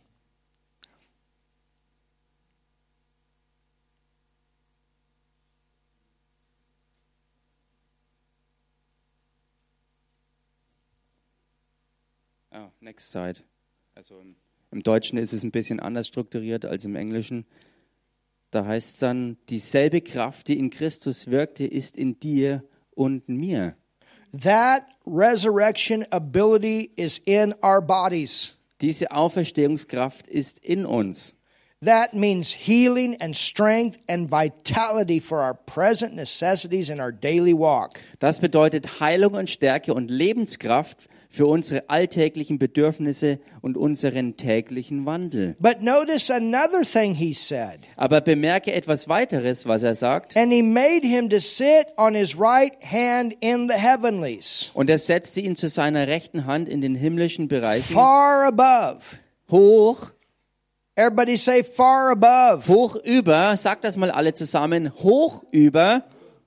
Oh, next side. Also im, im Deutschen ist es ein bisschen anders strukturiert als im Englischen. Da heißt es dann, dieselbe Kraft, die in Christus wirkte, ist in dir und mir. That resurrection ability is in our bodies. Diese Auferstehungskraft ist in uns. That means healing and strength and vitality for our present necessities in our daily walk. Das bedeutet Heilung und Stärke und Lebenskraft für unsere alltäglichen Bedürfnisse und unseren täglichen Wandel. But notice another thing he said. Aber bemerke etwas weiteres, was er sagt. And he made him to sit on his right hand in the heavenlies. Und er setzte ihn zu seiner rechten Hand in den himmlischen Bereichen. Far above. Hoch. Everybody say far above. Hoch über, sagt das mal alle zusammen, hoch über.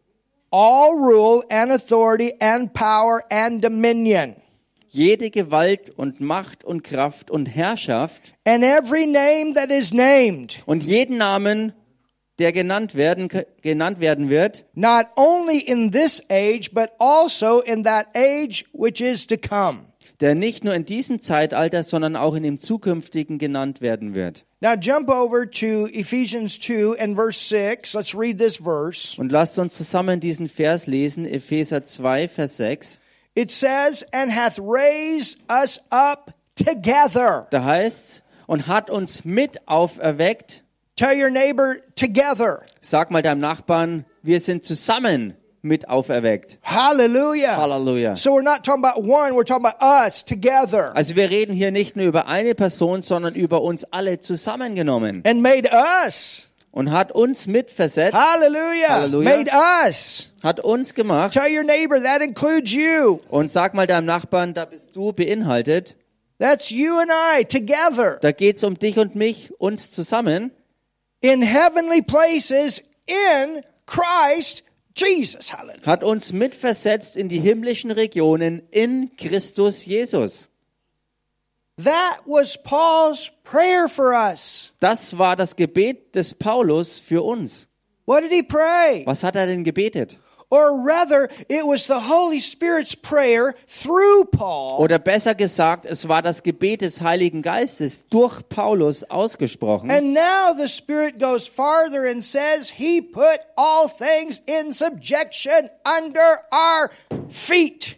All rule and authority and power and dominion. Jede Gewalt und Macht und Kraft und Herrschaft. And every name that is named. Und jeden Namen, der genannt werden, genannt werden wird. Not only in this age, but also in that age which is to come. Der nicht nur in diesem Zeitalter, sondern auch in dem zukünftigen genannt werden wird. Now jump over to Ephesians two and verse six. Let's read this verse. Und lasst uns zusammen diesen Vers lesen, Epheser zwei, Vers sechs. It says, and hath raised us up together. Da heißt's, und hat uns mit auferweckt. Tell your neighbor, together. Sag mal deinem Nachbarn, wir sind zusammen mit auferweckt. Hallelujah. Halleluja. So we're not talking about one, we're talking about us together. Also wir reden hier nicht nur über eine Person, sondern über uns alle zusammengenommen. And made us. Und hat uns mitversetzt. Hallelujah. Hallelujah. Made us. Hat uns gemacht. Tell your neighbor, that includes you. Und sag mal deinem Nachbarn, da bist du beinhaltet. That's you and I together. Da geht's um dich und mich, uns zusammen. In heavenly places in Christ Jesus. Hallelujah. Hat uns mitversetzt in die himmlischen Regionen in Christus Jesus. That was Paul's prayer for us. Das war das Gebet des Paulus für uns. What did he pray? Was hat er denn gebetet? Or rather, it was the Holy Spirit's prayer through Paul. Oder besser gesagt, es war das Gebet des Heiligen Geistes durch Paulus ausgesprochen. And now the Spirit goes farther and says he put all things in subjection under our feet.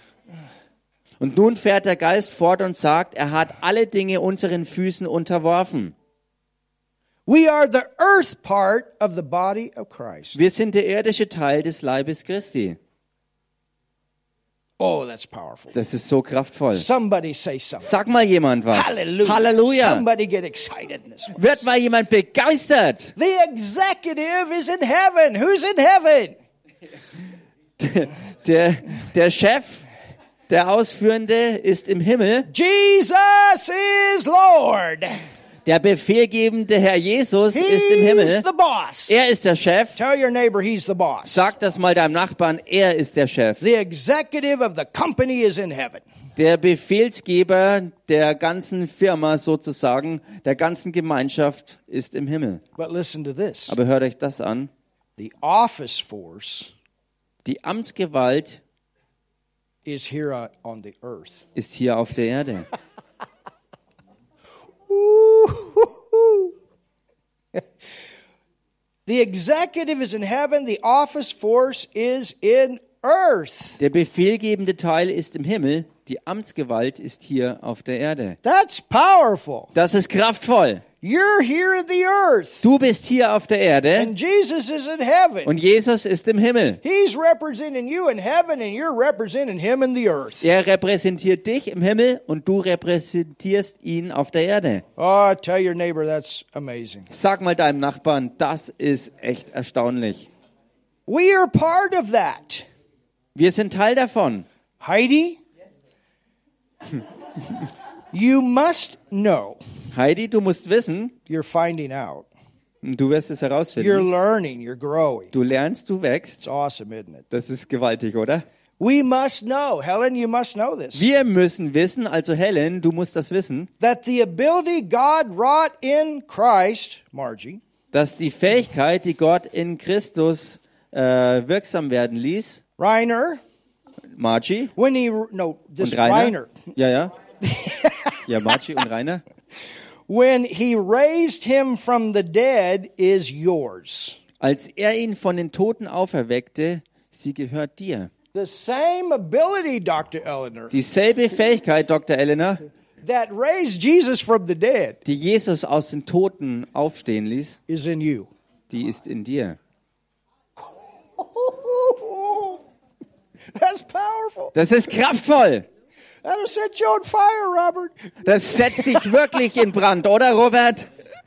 Und nun fährt der Geist fort und sagt, er hat alle Dinge unseren Füßen unterworfen. We are the earth part of the body of Christ. Wir sind der irdische Teil des Leibes Christi. Oh, that's powerful. Das ist so kraftvoll. Somebody say something. Sag mal jemand was. Hallelujah. Halleluja. Somebody get excited in this one. Wird mal jemand begeistert. The executive is in heaven. Who's in heaven? Der, der Chef, der Ausführende ist im Himmel. Jesus is Lord. Der befehlgebende Herr Jesus He's ist im Himmel. the boss. Er ist der Chef. Tell your neighbor he's the boss. Sag das mal deinem Nachbarn, er ist der Chef. The executive of the company is in heaven. Der Befehlsgeber der ganzen Firma sozusagen, der ganzen Gemeinschaft ist im Himmel. But listen to this. Aber hört euch das an. The office force Die Amtsgewalt is here on the earth. ist hier auf der Erde. The executive is in heaven, the office force is in earth. Der befehlgebende Teil ist im Himmel, die Amtsgewalt ist hier auf der Erde. That's powerful. Das ist kraftvoll. You're here in the earth. Du bist hier auf der Erde And Jesus is in heaven. und Jesus ist im Himmel. He's representing you in heaven and you're representing him in the earth. Er repräsentiert dich im Himmel und du repräsentierst ihn auf der Erde. Oh, tell your neighbor that's amazing. Sag mal deinem Nachbarn, das ist echt erstaunlich. We are part of that. Wir sind Teil davon. Heidi, you must know. Heidi, du musst wissen, You're finding out. du wirst es You're herausfinden. learning. You're growing. Du lernst, du wächst. It's awesome, isn't it? Das ist gewaltig, oder? We must know. Helen, you must know this. Wir müssen wissen, also Helen, du musst das wissen, That the ability God wrought in Christ, Margie, dass die Fähigkeit, die Gott in Christus äh, wirksam werden ließ, Reiner, Margie when he, no, this und Rainer. Reiner, Ja, ja. Ja, Margie und Rainer. when he raised him from the dead is yours. Als er ihn von den Toten auferweckte, sie gehört dir. The same ability, Doctor Eleanor, Dieselbe Fähigkeit, Doktor Elena, that raised Jesus from the dead die Jesus aus den Toten aufstehen ließ, is in you. die ist in dir. That's powerful. Das ist kraftvoll. That'll set you on fire, Robert. Das setzt dich wirklich in Brand, oder Robert?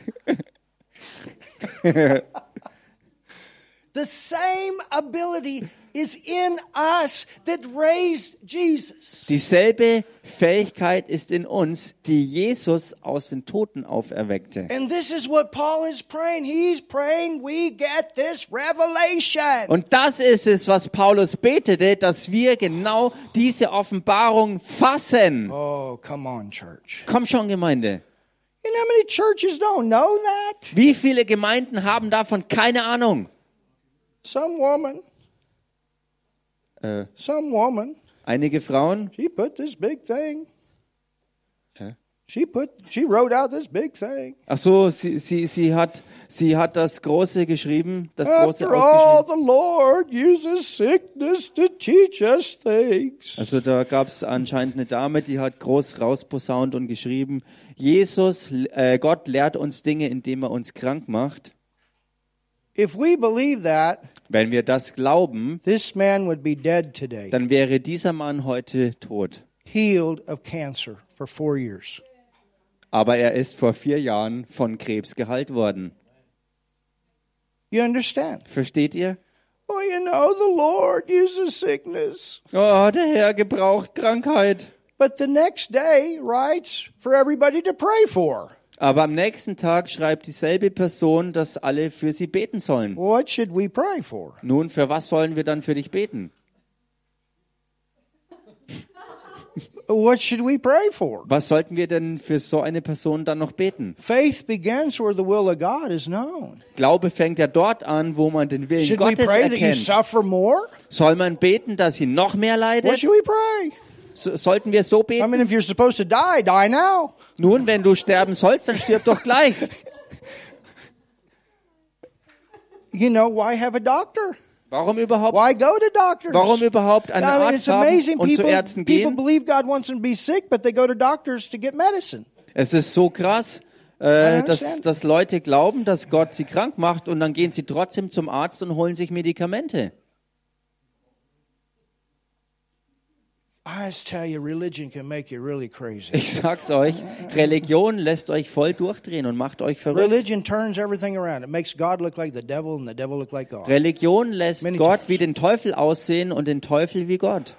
The same ability is in us that raised Jesus. Dieselbe Fähigkeit ist in uns, die Jesus aus den Toten auferweckte. And this is what Paul is praying. He's praying we get this revelation. Und das ist es, was Paulus betete, dass wir genau diese Offenbarung fassen. Oh, come on, church. Komm schon, Gemeinde. You know how many churches don't know that? Wie viele Gemeinden haben davon keine Ahnung? Some woman, Äh, some woman, einige Frauen, she put this big thing. Hä? She put, she wrote out this big thing. ach so, sie, sie, sie, hat, sie hat das Große geschrieben, das Große After all, ausgeschrieben. the Lord uses sickness to teach us things. Also da gab es anscheinend eine Dame, die hat groß rausposaunt und geschrieben, Jesus, äh, Gott lehrt uns Dinge, indem er uns krank macht. If we believe that, Wenn wir das glauben, this man would be dead today, dann wäre dieser Mann heute tot. healed of cancer for four years. Aber er ist vor vier Jahren von Krebs geheilt worden. You understand? Versteht ihr? Oh, you know, the Lord uses sickness. Oh, der Herr gebraucht Krankheit. But the next day writes for everybody to pray for. Aber am nächsten Tag schreibt dieselbe Person, dass alle für sie beten sollen. What should we pray for? Nun, für was sollen wir dann für dich beten? What should we pray for? Was sollten wir denn für so eine Person dann noch beten? Faith begins where the will of God is known. Glaube fängt ja dort an, wo man den Willen Should we Gottes pray that you erkennt. suffer more? Soll man beten, dass sie noch mehr What leidet? should we pray? So, sollten wir so I beten? mean, if you're supposed to die, die now. Nun, wenn du sterben sollst, dann stirb doch gleich. You know, why have a doctor? Warum überhaupt? Why go to doctors? Warum überhaupt einen I mean, Arzt it's haben amazing. und zu People, Ärzten people gehen? believe God wants them to be sick, but they go to doctors to get medicine. Es ist so krass, I äh, dass, understand. dass Leute glauben, dass Gott sie krank macht und dann gehen sie trotzdem zum Arzt und holen sich Medikamente. I just tell you, religion can make you really crazy. Ich sag's euch, Religion lässt euch voll durchdrehen und macht euch verrückt. Religion turns everything around. It makes God look like the devil and the devil look like God. Religion lässt Many Gott times. wie den Teufel aussehen und den Teufel wie Gott.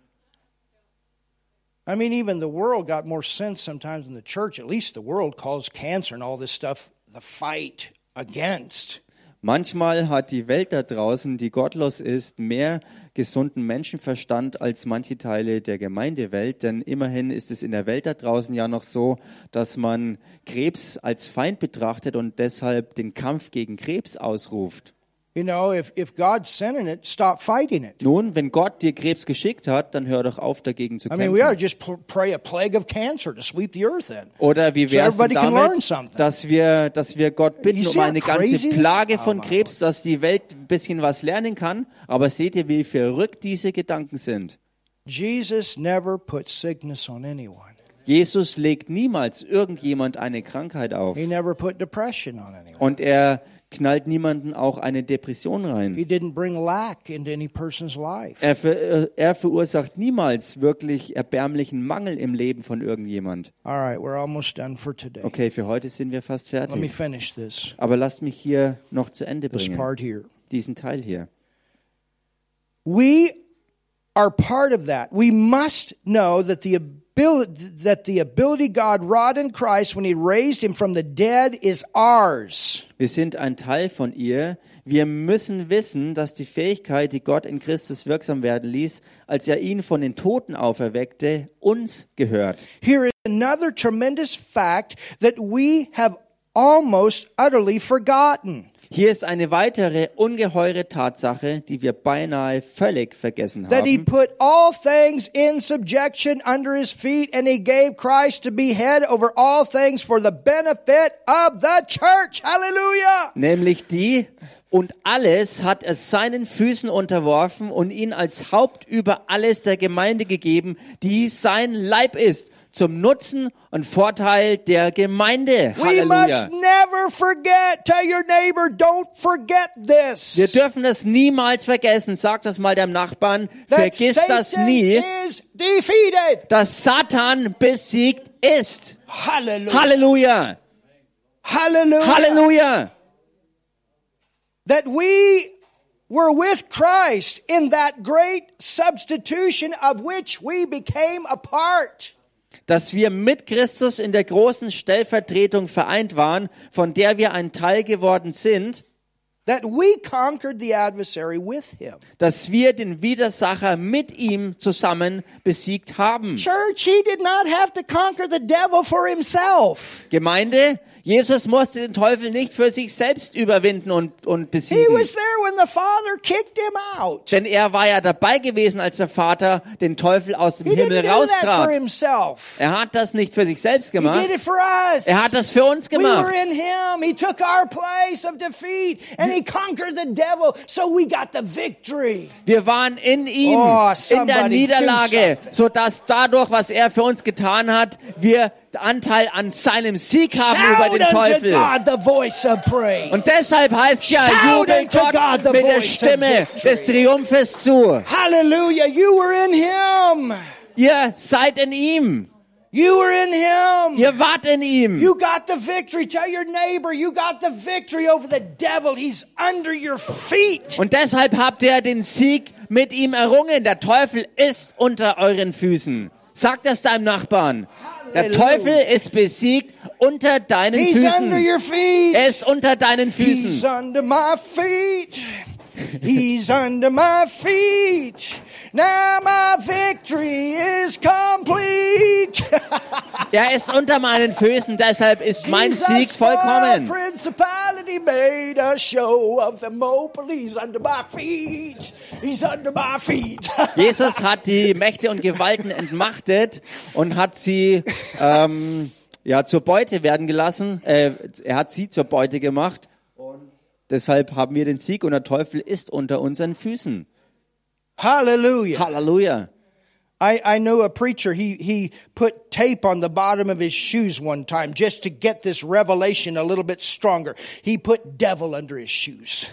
I mean, even the world got more sense sometimes than the church. At least the world calls cancer and all this stuff the fight against. Manchmal hat die Welt da draußen, die gottlos ist, mehr gesunden Menschenverstand als manche Teile der Gemeindewelt. Denn immerhin ist es in der Welt da draußen ja noch so, dass man Krebs als Feind betrachtet und deshalb den Kampf gegen Krebs ausruft. You know, if, if God's sending it, stop fighting it. Nun, wenn Gott dir Krebs geschickt hat, dann hör doch auf, dagegen zu I mean, we ought to kämpfen. just pl- pray a plague of cancer to sweep the earth in. Oder wie So wäre es everybody can learn damit, something. dass wir, dass wir Gott bitten You um see how eine ganze crazy this- Plage Oh von my Krebs, dass die Welt ein bisschen was lernen kann. Aber seht ihr, wie verrückt diese Gedanken sind? Jesus never put sickness on anyone. Jesus legt niemals irgendjemand eine Krankheit auf. He never put depression on anyone. Und er knallt niemanden auch eine Depression rein. He didn't bring lack into any person's life. Er, ver, er verursacht niemals wirklich erbärmlichen Mangel im Leben von irgendjemand. All right, we're almost done for today. Okay, für heute sind wir fast Let me fertig. finish this, Aber lasst mich hier noch zu Ende this bringen, part here. diesen Teil hier. We are part of that. We must know that the ability that the ability God wrought in Christ when he raised him from the dead is ours. Wir sind ein Teil von ihr. Wir müssen wissen, dass die Fähigkeit, die Gott in Christus wirksam werden ließ, als er ihn von den Toten auferweckte, uns gehört. Here is another tremendous fact that we have almost utterly forgotten. Hier ist eine weitere ungeheure Tatsache, die wir beinahe völlig vergessen That he haben. put all things in subjection under his feet, and he gave Christ to be head over all things for the benefit of the church. Hallelujah! Nämlich die, Und alles hat er seinen Füßen unterworfen und ihn als Haupt über alles der Gemeinde gegeben, die sein Leib ist, zum Nutzen und Vorteil der Gemeinde. We must Halleluja. never forget. Tell your neighbor, don't forget this. Wir dürfen das niemals vergessen. Sag das mal deinem Nachbarn. That Vergiss das Satan nie, is defeated. dass Satan besiegt ist. Hallelujah. Halleluja. Hallelujah. Halleluja. That we were with Christ in that great substitution of which we became a part. Dass wir mit Christus in der großen Stellvertretung vereint waren, von der wir ein Teil geworden sind, That we conquered the adversary with him. dass wir den Widersacher mit ihm zusammen besiegt haben. Church, he did not have to conquer the devil for himself. Gemeinde, Jesus musste den Teufel nicht für sich selbst überwinden und, und He besiegen. was there when the Father kicked him out. Denn er war ja dabei gewesen, als der Vater den Teufel aus dem He Himmel didn't do that for raustrat. himself. Er hat das nicht für sich selbst He gemacht. did it for us. Er hat das für uns We gemacht. were in him. He took our place of defeat and he conquered the devil, so we got the victory. Wir waren in ihm, Oh, in der somebody Niederlage, do something. sodass dadurch, was er für uns getan hat, wir Anteil an seinem Sieg haben über Shout den unto Teufel. God the voice of praise. Und deshalb heißt ja, Shout jubel unto Gott God the mit der voice of Stimme victory. des Triumphes zu. Hallelujah, you were in him. Ihr seid in ihm. You were in him. Ihr wart in ihm. You got the victory. Tell your neighbor, you got the victory over the devil. He's under your feet. Und deshalb habt ihr den Sieg mit ihm errungen. Der Teufel ist unter euren Füßen. Sag das deinem Nachbarn. Der Halleluja. Teufel ist besiegt unter deinen He's under Füßen. your feet. Er ist unter deinen He's Füßen. under my feet. He's under my feet. Now my victory is complete. Er ist unter meinen Füßen, deshalb ist mein Jesus Sieg vollkommen. for principality made a show of them open. He's under my feet. He's under my feet. Jesus hat die Mächte und Gewalten entmachtet und hat sie ähm, ja, zur Beute werden gelassen. Äh, er hat sie zur Beute gemacht. Und deshalb haben wir den Sieg und der Teufel ist unter unseren Füßen. Hallelujah. Halleluja. I, I know a preacher, he, he put tape on the bottom of his shoes one time just to get this revelation a little bit stronger. He put devil under his shoes.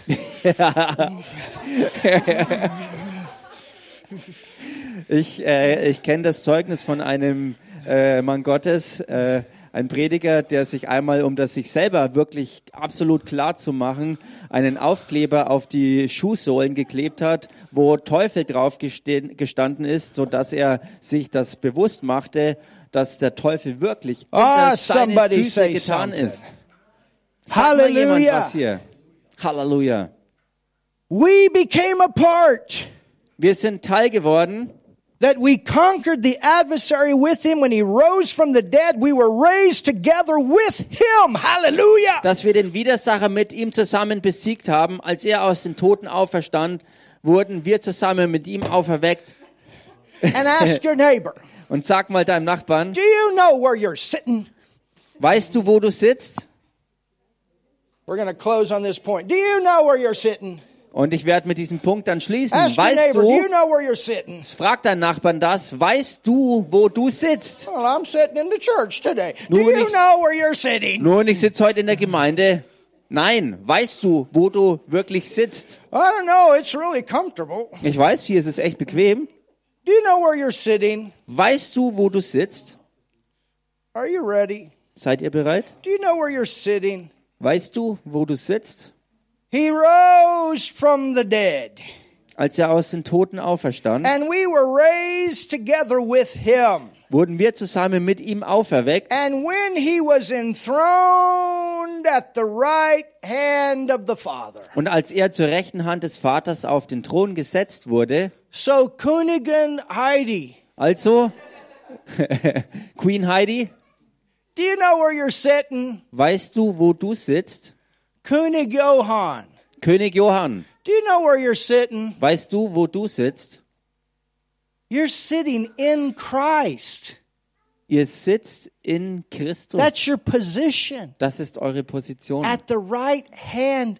Ich, äh, ich kenne das Zeugnis von einem äh, Mann Gottes, äh, ein Prediger, der sich einmal, um das sich selber wirklich absolut klar zu machen, einen Aufkleber auf die Schuhsohlen geklebt hat, wo Teufel drauf geste- gestanden ist, so dass er sich das bewusst machte, dass der Teufel wirklich Ah, unter seinen somebody Füßen say getan something. ist. Sag mal jemand Halleluja. was hier. Halleluja. We became a part. Wir sind Teil geworden. That we conquered the adversary with him when he rose from the dead. We were raised together with him. Hallelujah. Dass wir den Widersacher mit ihm zusammen besiegt haben. Als er aus den Toten auferstand, wurden wir zusammen mit ihm auferweckt. And ask your neighbor, Und sag mal deinem Nachbarn, do you know where you're sitting? weißt du, wo du sitzt? We're going to close on this point. Do you know where you're sitting? Und ich werde mit diesem Punkt dann schließen. Ask your Weißt neighbor, do you du, know where you're sitting? frag deinen Nachbarn das, weißt du, wo du sitzt? Well, I'm sitting in the church today. Do Nun, you ich- know where you're sitting? Nun, ich sitze heute in der Gemeinde. Nein, weißt du, wo du wirklich sitzt? I don't know. It's really comfortable. Ich weiß, hier ist es echt bequem. Do you know where you're sitting? Weißt du, wo du sitzt? Are you ready? Seid ihr bereit? Do you know where you're sitting? Weißt du, wo du sitzt? He rose from the dead, Als er aus den Toten auferstand, and we were raised together with him. wurden wir zusammen mit ihm auferweckt. And when he was enthroned at the right hand of the Father. Und als er zur rechten Hand des Vaters auf den Thron gesetzt wurde, So Königin Heidi, also Queen Heidi, do you know where you're sitting? weißt du, wo du sitzt? König Johann, König Johann, do you know where you're sitting? weißt du, wo du sitzt? You're sitting in Christ. Ihr sitzt in Christus. That's your position. Das ist eure Position. At the right hand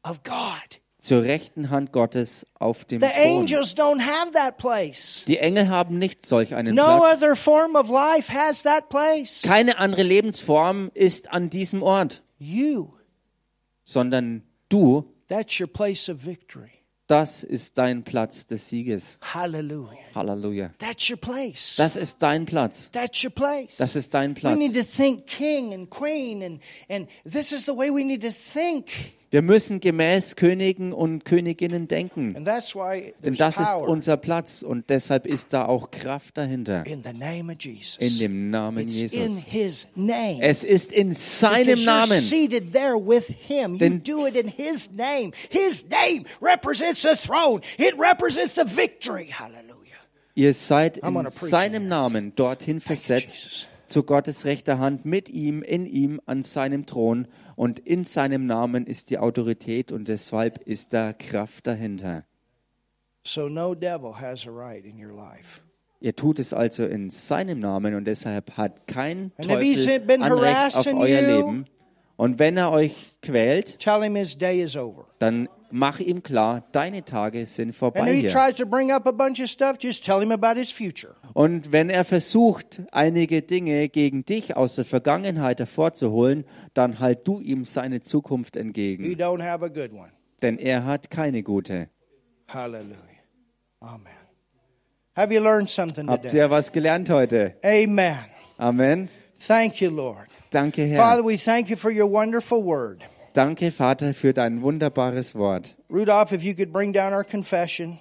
of God. zur rechten Hand Gottes auf dem The Thron. angels don't have that place. Die Engel haben nicht solch einen No Platz. other form of life has that place. Keine andere Lebensform ist an diesem Ort, You, sondern du, that's your place of victory. das ist dein Platz des Sieges. Hallelujah. Halleluja. That's your place. Das ist dein Platz. That's your place. Das ist dein We Platz. need to think king and queen, and, and this is the way we need to think. Wir müssen gemäß Königen und Königinnen denken. And that's why Denn there's das ist power unser Platz und deshalb ist da auch Kraft dahinter. in the name of Jesus. In dem Namen It's in Jesus. His name. Es ist in seinem Because you're Namen. seated there with Him. You Denn- do it in His name. His name represents the throne. It represents the victory. Hallelujah. Ihr seid I'm in gonna preach seinem on this. Namen dorthin Jesus. versetzt, zu Gottes rechter Hand, mit ihm, in ihm, an seinem Thron. Und in seinem Namen ist die Autorität und deshalb ist da Kraft dahinter. So no devil has a right in your life. Ihr tut es also in seinem Namen und deshalb hat kein And if he's Teufel been Anrecht auf harassing euer you- Leben. Und wenn er euch quält, Tell him his day is over. dann mach ihm klar, deine Tage sind And vorbei if he hier. tries to bring up a bunch of stuff, just tell him about his future. Und wenn er versucht, einige Dinge gegen dich aus der Vergangenheit hervorzuholen, dann halt du ihm seine Zukunft He entgegen. don't have a good one. Denn er hat keine gute. Hallelujah. Amen. Have you learned something Habt today? ihr was gelernt heute? Amen. Amen. Thank you, Lord. Danke, Father, Herr. we thank you for your wonderful word. Danke, Vater, für dein wunderbares Wort. Rudolph, if you could bring down our confession.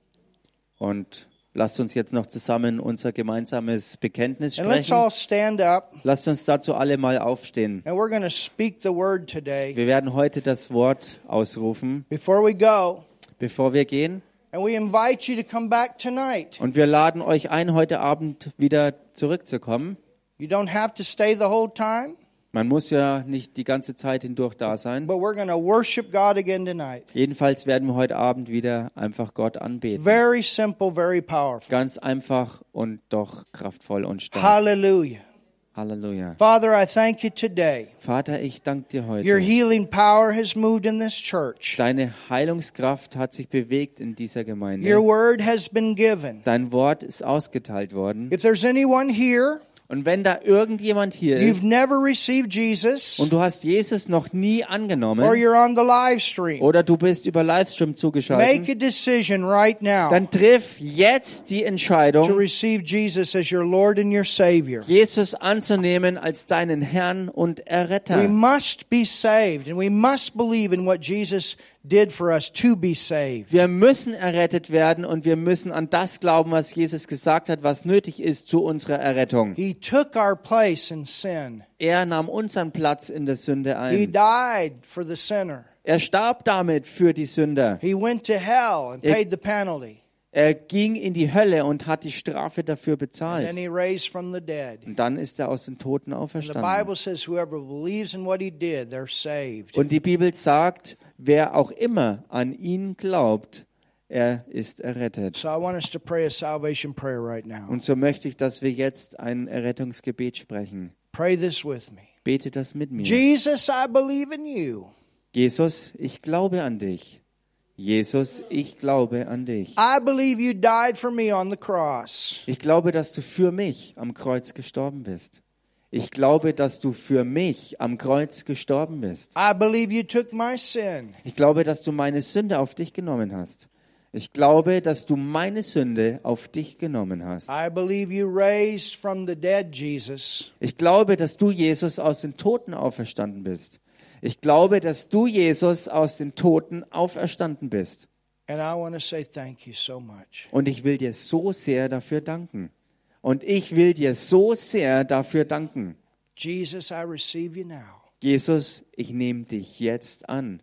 Und lasst uns jetzt noch zusammen unser gemeinsames Bekenntnis And let's sprechen. all stand up. Lasst uns dazu alle mal aufstehen. And we're going to speak the word today. Wir werden heute das Wort ausrufen, Before we go, bevor wir gehen. and we invite you to come back tonight. Und wir laden euch ein, heute Abend wieder zurückzukommen. You don't have to stay the whole time, Man muss ja nicht die ganze Zeit hindurch da sein. but we're going to worship God again tonight. Jedenfalls werden wir heute Abend wieder einfach Gott anbeten. Very simple, very powerful. Ganz einfach und doch kraftvoll und stark. Hallelujah. Halleluja. Father, I thank you today. Vater, ich danke dir Your heute. healing power has moved in this church. Deine Heilungskraft hat sich bewegt in dieser Your Gemeinde. word has been given. Dein Wort ist ausgeteilt worden. If there's anyone here, Und wenn da irgendjemand hier you've ist never received Jesus, und du hast Jesus noch nie or angenommen you're on the live stream, oder du bist über Livestream make zugeschaltet, a decision right now dann triff jetzt die to Entscheidung, receive Jesus as your Lord and your Savior. Jesus anzunehmen als deinen Herrn und We Erretter. must be saved, and we must believe in what Jesus did for us to be saved. Wir müssen errettet werden und wir müssen an das glauben, was Jesus gesagt hat, was nötig ist zu unserer Errettung. He took our place in sin. Er nahm unseren Platz in der Sünde He ein. died for the sinner. Er starb damit für die Sünder. He went to hell and Er- paid the penalty. Er ging in die Hölle und hat die Strafe dafür And then bezahlt. he raised from the dead. Und dann ist er aus den Toten And the auferstanden. Bible says whoever believes in what he did, they're saved. Und die Bibel sagt, wer auch immer an ihn glaubt, er ist errettet. So I want us to pray a salvation prayer right now. Und so möchte ich, dass wir jetzt ein Errettungsgebet sprechen. Pray this with me. Bete das mit mir. Jesus, I believe in you. Jesus, ich glaube an dich. Jesus, ich glaube an dich. I believe you died for me on the cross. Ich glaube, dass du für mich am Kreuz gestorben bist. Ich glaube, dass du für mich am Kreuz gestorben bist. I believe you took my sin. Ich glaube, dass du meine Sünde auf dich genommen hast. Ich glaube, dass du meine Sünde auf dich genommen hast. I believe you raised from the dead, Jesus. Ich glaube, dass du, Jesus, aus den Toten auferstanden bist. Ich glaube, dass du, Jesus, aus den Toten auferstanden bist. And I want to say thank you so much. Und ich will dir so sehr dafür danken. Und ich will dir so sehr dafür danken. Jesus, I receive you now. Jesus, ich nehme dich jetzt an.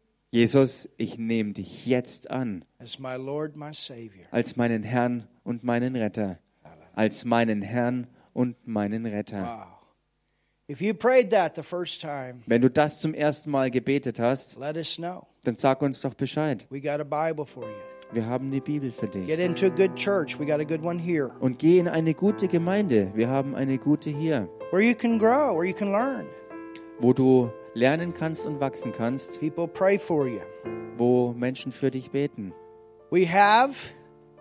Jesus, ich nehme dich jetzt an. As my Lord, my Savior. Als meinen Herrn und meinen Retter. Als meinen Herrn und meinen Retter. Wow. If you prayed that the first time, Wenn du das zum ersten Mal gebetet hast, let us know. dann sag uns doch Bescheid. We got a Bible for you. Wir haben eine Bibel für dich. Get into a good church. We got a good one here. Und geh in eine gute Gemeinde. Wir haben eine gute hier, Where you can grow, where you can learn. wo du lernen kannst und wachsen kannst, People pray for you. wo Menschen für dich beten. We have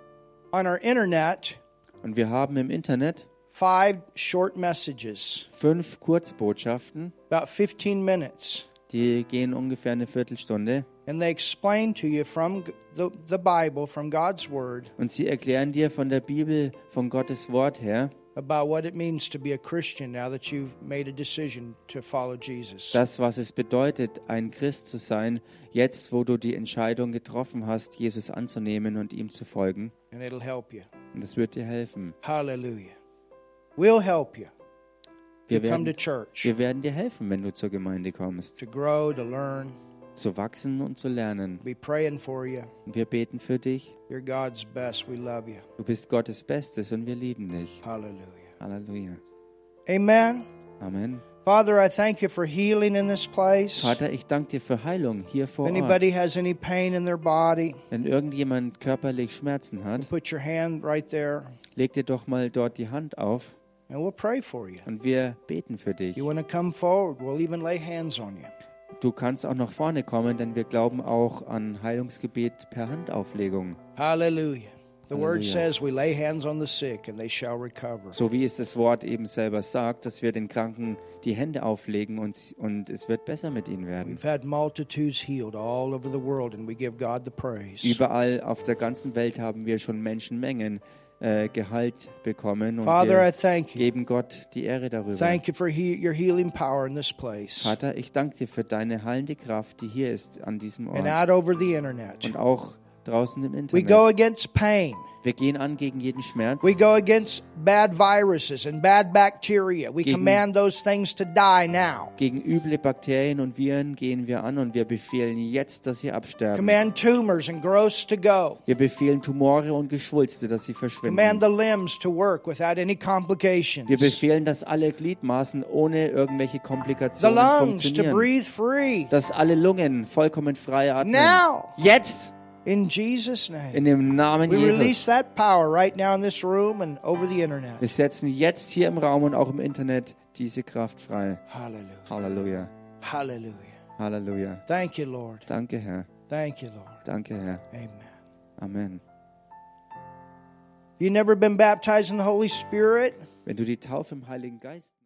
on our internet Und wir haben im Internet five short messages, fünf Kurzbotschaften, about fifteen minutes. die gehen ungefähr eine Viertelstunde. And they explain to you from the, the Bible, from God's Word, Und sie erklären dir von der Bibel, von Gottes Wort her, about what it means to be a Christian now that you've made a decision to follow Jesus. das, was es bedeutet, ein Christ zu sein, jetzt, wo du die Entscheidung getroffen hast, Jesus anzunehmen und ihm zu folgen. And it'll help you. Und das wird dir helfen. Hallelujah. We'll help you. Wir You come to werden, church wir werden dir helfen, wenn du zur Gemeinde kommst, to grow, to learn. zu wachsen und zu lernen. Be praying for you. Und wir beten für dich. You're God's best. We love you. Du bist Gottes Bestes und wir lieben dich. Hallelujah. Halleluja. Amen. Amen. Father, I thank you for healing in this place. Vater, ich danke dir für Heilung hier If vor Ort. anybody has any pain in their body, Wenn irgendjemand körperlich Schmerzen hat, put your hand right there leg dir doch mal dort die Hand auf and we'll pray for you. und wir beten für dich. You want to come forward, we'll even lay hands on you. Du kannst auch nach vorne kommen, denn wir glauben auch an Heilungsgebet per Handauflegung. Hallelujah. The word Hallelujah. says we lay hands on the sick and they shall recover. So wie es das Wort eben selber sagt, dass wir den Kranken die Hände auflegen und, und es wird besser mit ihnen werden. We've had multitudes healed all over the world and we give God the praise. Überall auf der ganzen Welt haben wir schon Menschenmengen äh, Gehalt bekommen und Father, I wir thank you. geben Gott die Ehre darüber. Thank you for he- your healing power in this place Vater, ich danke dir für deine heilende Kraft, die hier ist an diesem and Ort out over the internet. und auch draußen im We Internet. go against pain. Wir gehen an gegen jeden Schmerz. We go against bad viruses and bad bacteria. We Gegen- command those things to die now. Gegen üble Bakterien und Viren gehen wir an und wir befehlen jetzt, dass sie absterben. Command tumors and growths to go. Wir befehlen Tumore und Geschwulste, dass sie Command verschwinden. the limbs to work without any complications. Wir befehlen, dass alle Gliedmaßen ohne irgendwelche The Komplikationen lungs to funktionieren. breathe free. Dass alle Lungen vollkommen frei atmen. Now. Jetzt! In Jesus' name. In dem Namen We release Jesus. that power right now in this room and over the internet. Wir setzen jetzt hier im Raum und auch im Internet diese Kraft frei. Hallelujah. Halleluja. Hallelujah. Halleluja. Thank you, Lord. Danke, Herr. Thank you, Lord. Danke, Herr. Amen. Amen. You never been baptized in the Holy Spirit? Wenn du die Taufe im Heiligen Geist